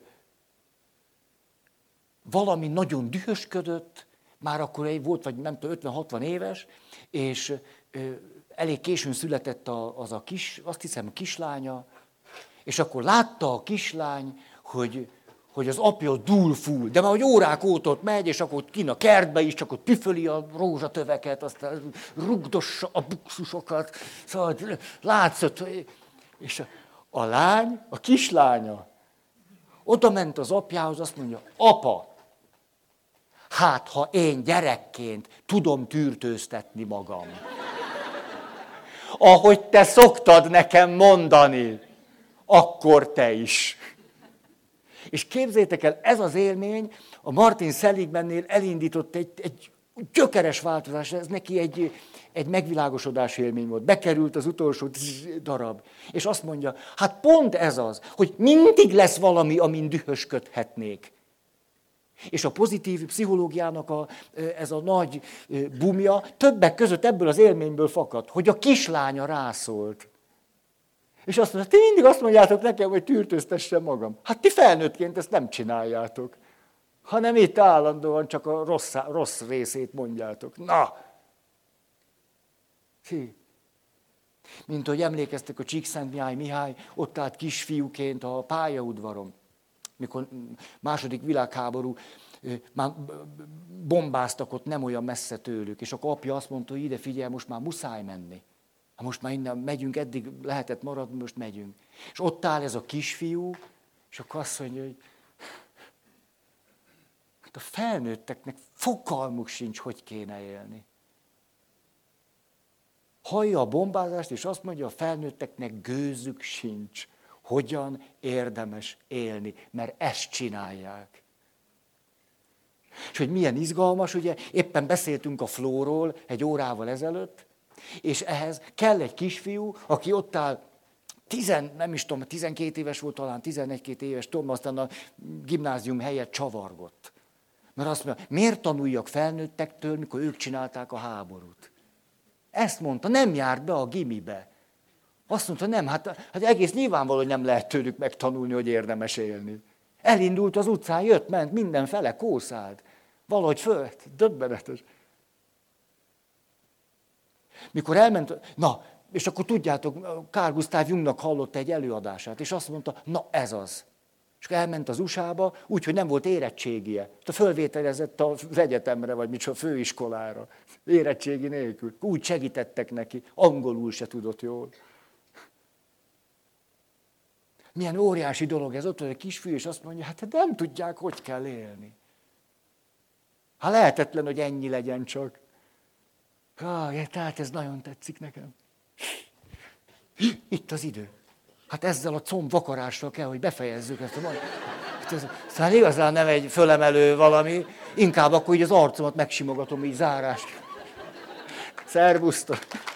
valami nagyon dühösködött, már akkor volt, vagy nem tudom, 50-60 éves, és elég későn született az a azt hiszem, a kislánya, és akkor látta a kislány, hogy az apja dúl-fúl, de már hogy órák óta ott megy, és akkor kint a kertbe is, csak ott püföli a rózsatöveket, aztán rugdossa a buksusokat, szóval látszott, és a lány, a kislánya, oda ment az apjához, azt mondja, apa, hát ha én gyerekként tudom tűrtőztetni magam, ahogy te szoktad nekem mondani, akkor te is. És képzeljétek el, ez az élmény a Martin Seligmannél elindított egy gyökeres változás, ez neki egy megvilágosodás élmény volt. Bekerült az utolsó darab, és azt mondja, hát pont ez az, hogy mindig lesz valami, amin dühösködhetnék. És a pozitív pszichológiának ez a nagy bumja többek között ebből az élményből fakad, hogy a kislánya rászólt. És azt mondja, ti mindig azt mondjátok nekem, hogy tűrtőztessem magam. Hát ti felnőttként ezt nem csináljátok, hanem itt állandóan csak a rossz részét mondjátok. Na! Mint ahogy emlékeztek, a Csíkszentmihalyi Mihály ott állt kisfiúként a pályaudvaron, mikor második világháború, már bombáztak ott nem olyan messze tőlük, és akkor apja azt mondta, hogy ide figyelj, most már muszáj menni. Most már innen megyünk, eddig lehetett maradni, most megyünk. És ott áll ez a kisfiú, és akkor azt mondja, hogy hát a felnőtteknek fogalmuk sincs, hogy kéne élni. Hallja a bombázást, és azt mondja, a felnőtteknek gőzük sincs, hogyan érdemes élni, mert ezt csinálják. És hogy milyen izgalmas, ugye éppen beszéltünk a flóról egy órával ezelőtt, és ehhez kell egy kisfiú, aki ott áll, nem is tudom, 12 éves volt talán, 11-2 éves, tudom, aztán a gimnázium helyett csavargott. Mert azt mondja, miért tanuljak felnőttektől, mikor ők csinálták a háborút? Ezt mondta, nem járt be a gimibe. Azt mondta, nem, hát egész nyilvánvaló, hogy nem lehet tőlük megtanulni, hogy érdemes élni. Elindult az utcán, jött, ment, mindenfele kószált. Valahogy föl, döbbenetes. Mikor elment, na, és akkor tudjátok, Carl Gustav Jungnak hallotta egy előadását, és azt mondta, na ez az. És elment az USA-ba, úgyhogy nem volt érettségie. Fölvételezett az egyetemre, vagy micsoda, főiskolára. Érettségi nélkül. Úgy segítettek neki, angolul se tudott jól. Milyen óriási dolog ez, ott van egy kisfiú, és azt mondja, hát nem tudják, hogy kell élni. Hát lehetetlen, hogy ennyi legyen csak. Tehát ez nagyon tetszik nekem. Itt az idő. Hát ezzel a combvakarással kell, hogy befejezzük ezt a mai. Szóval igazán nem egy fölemelő valami, inkább akkor így az arcomat megsimogatom, így zárás. Szervusztok!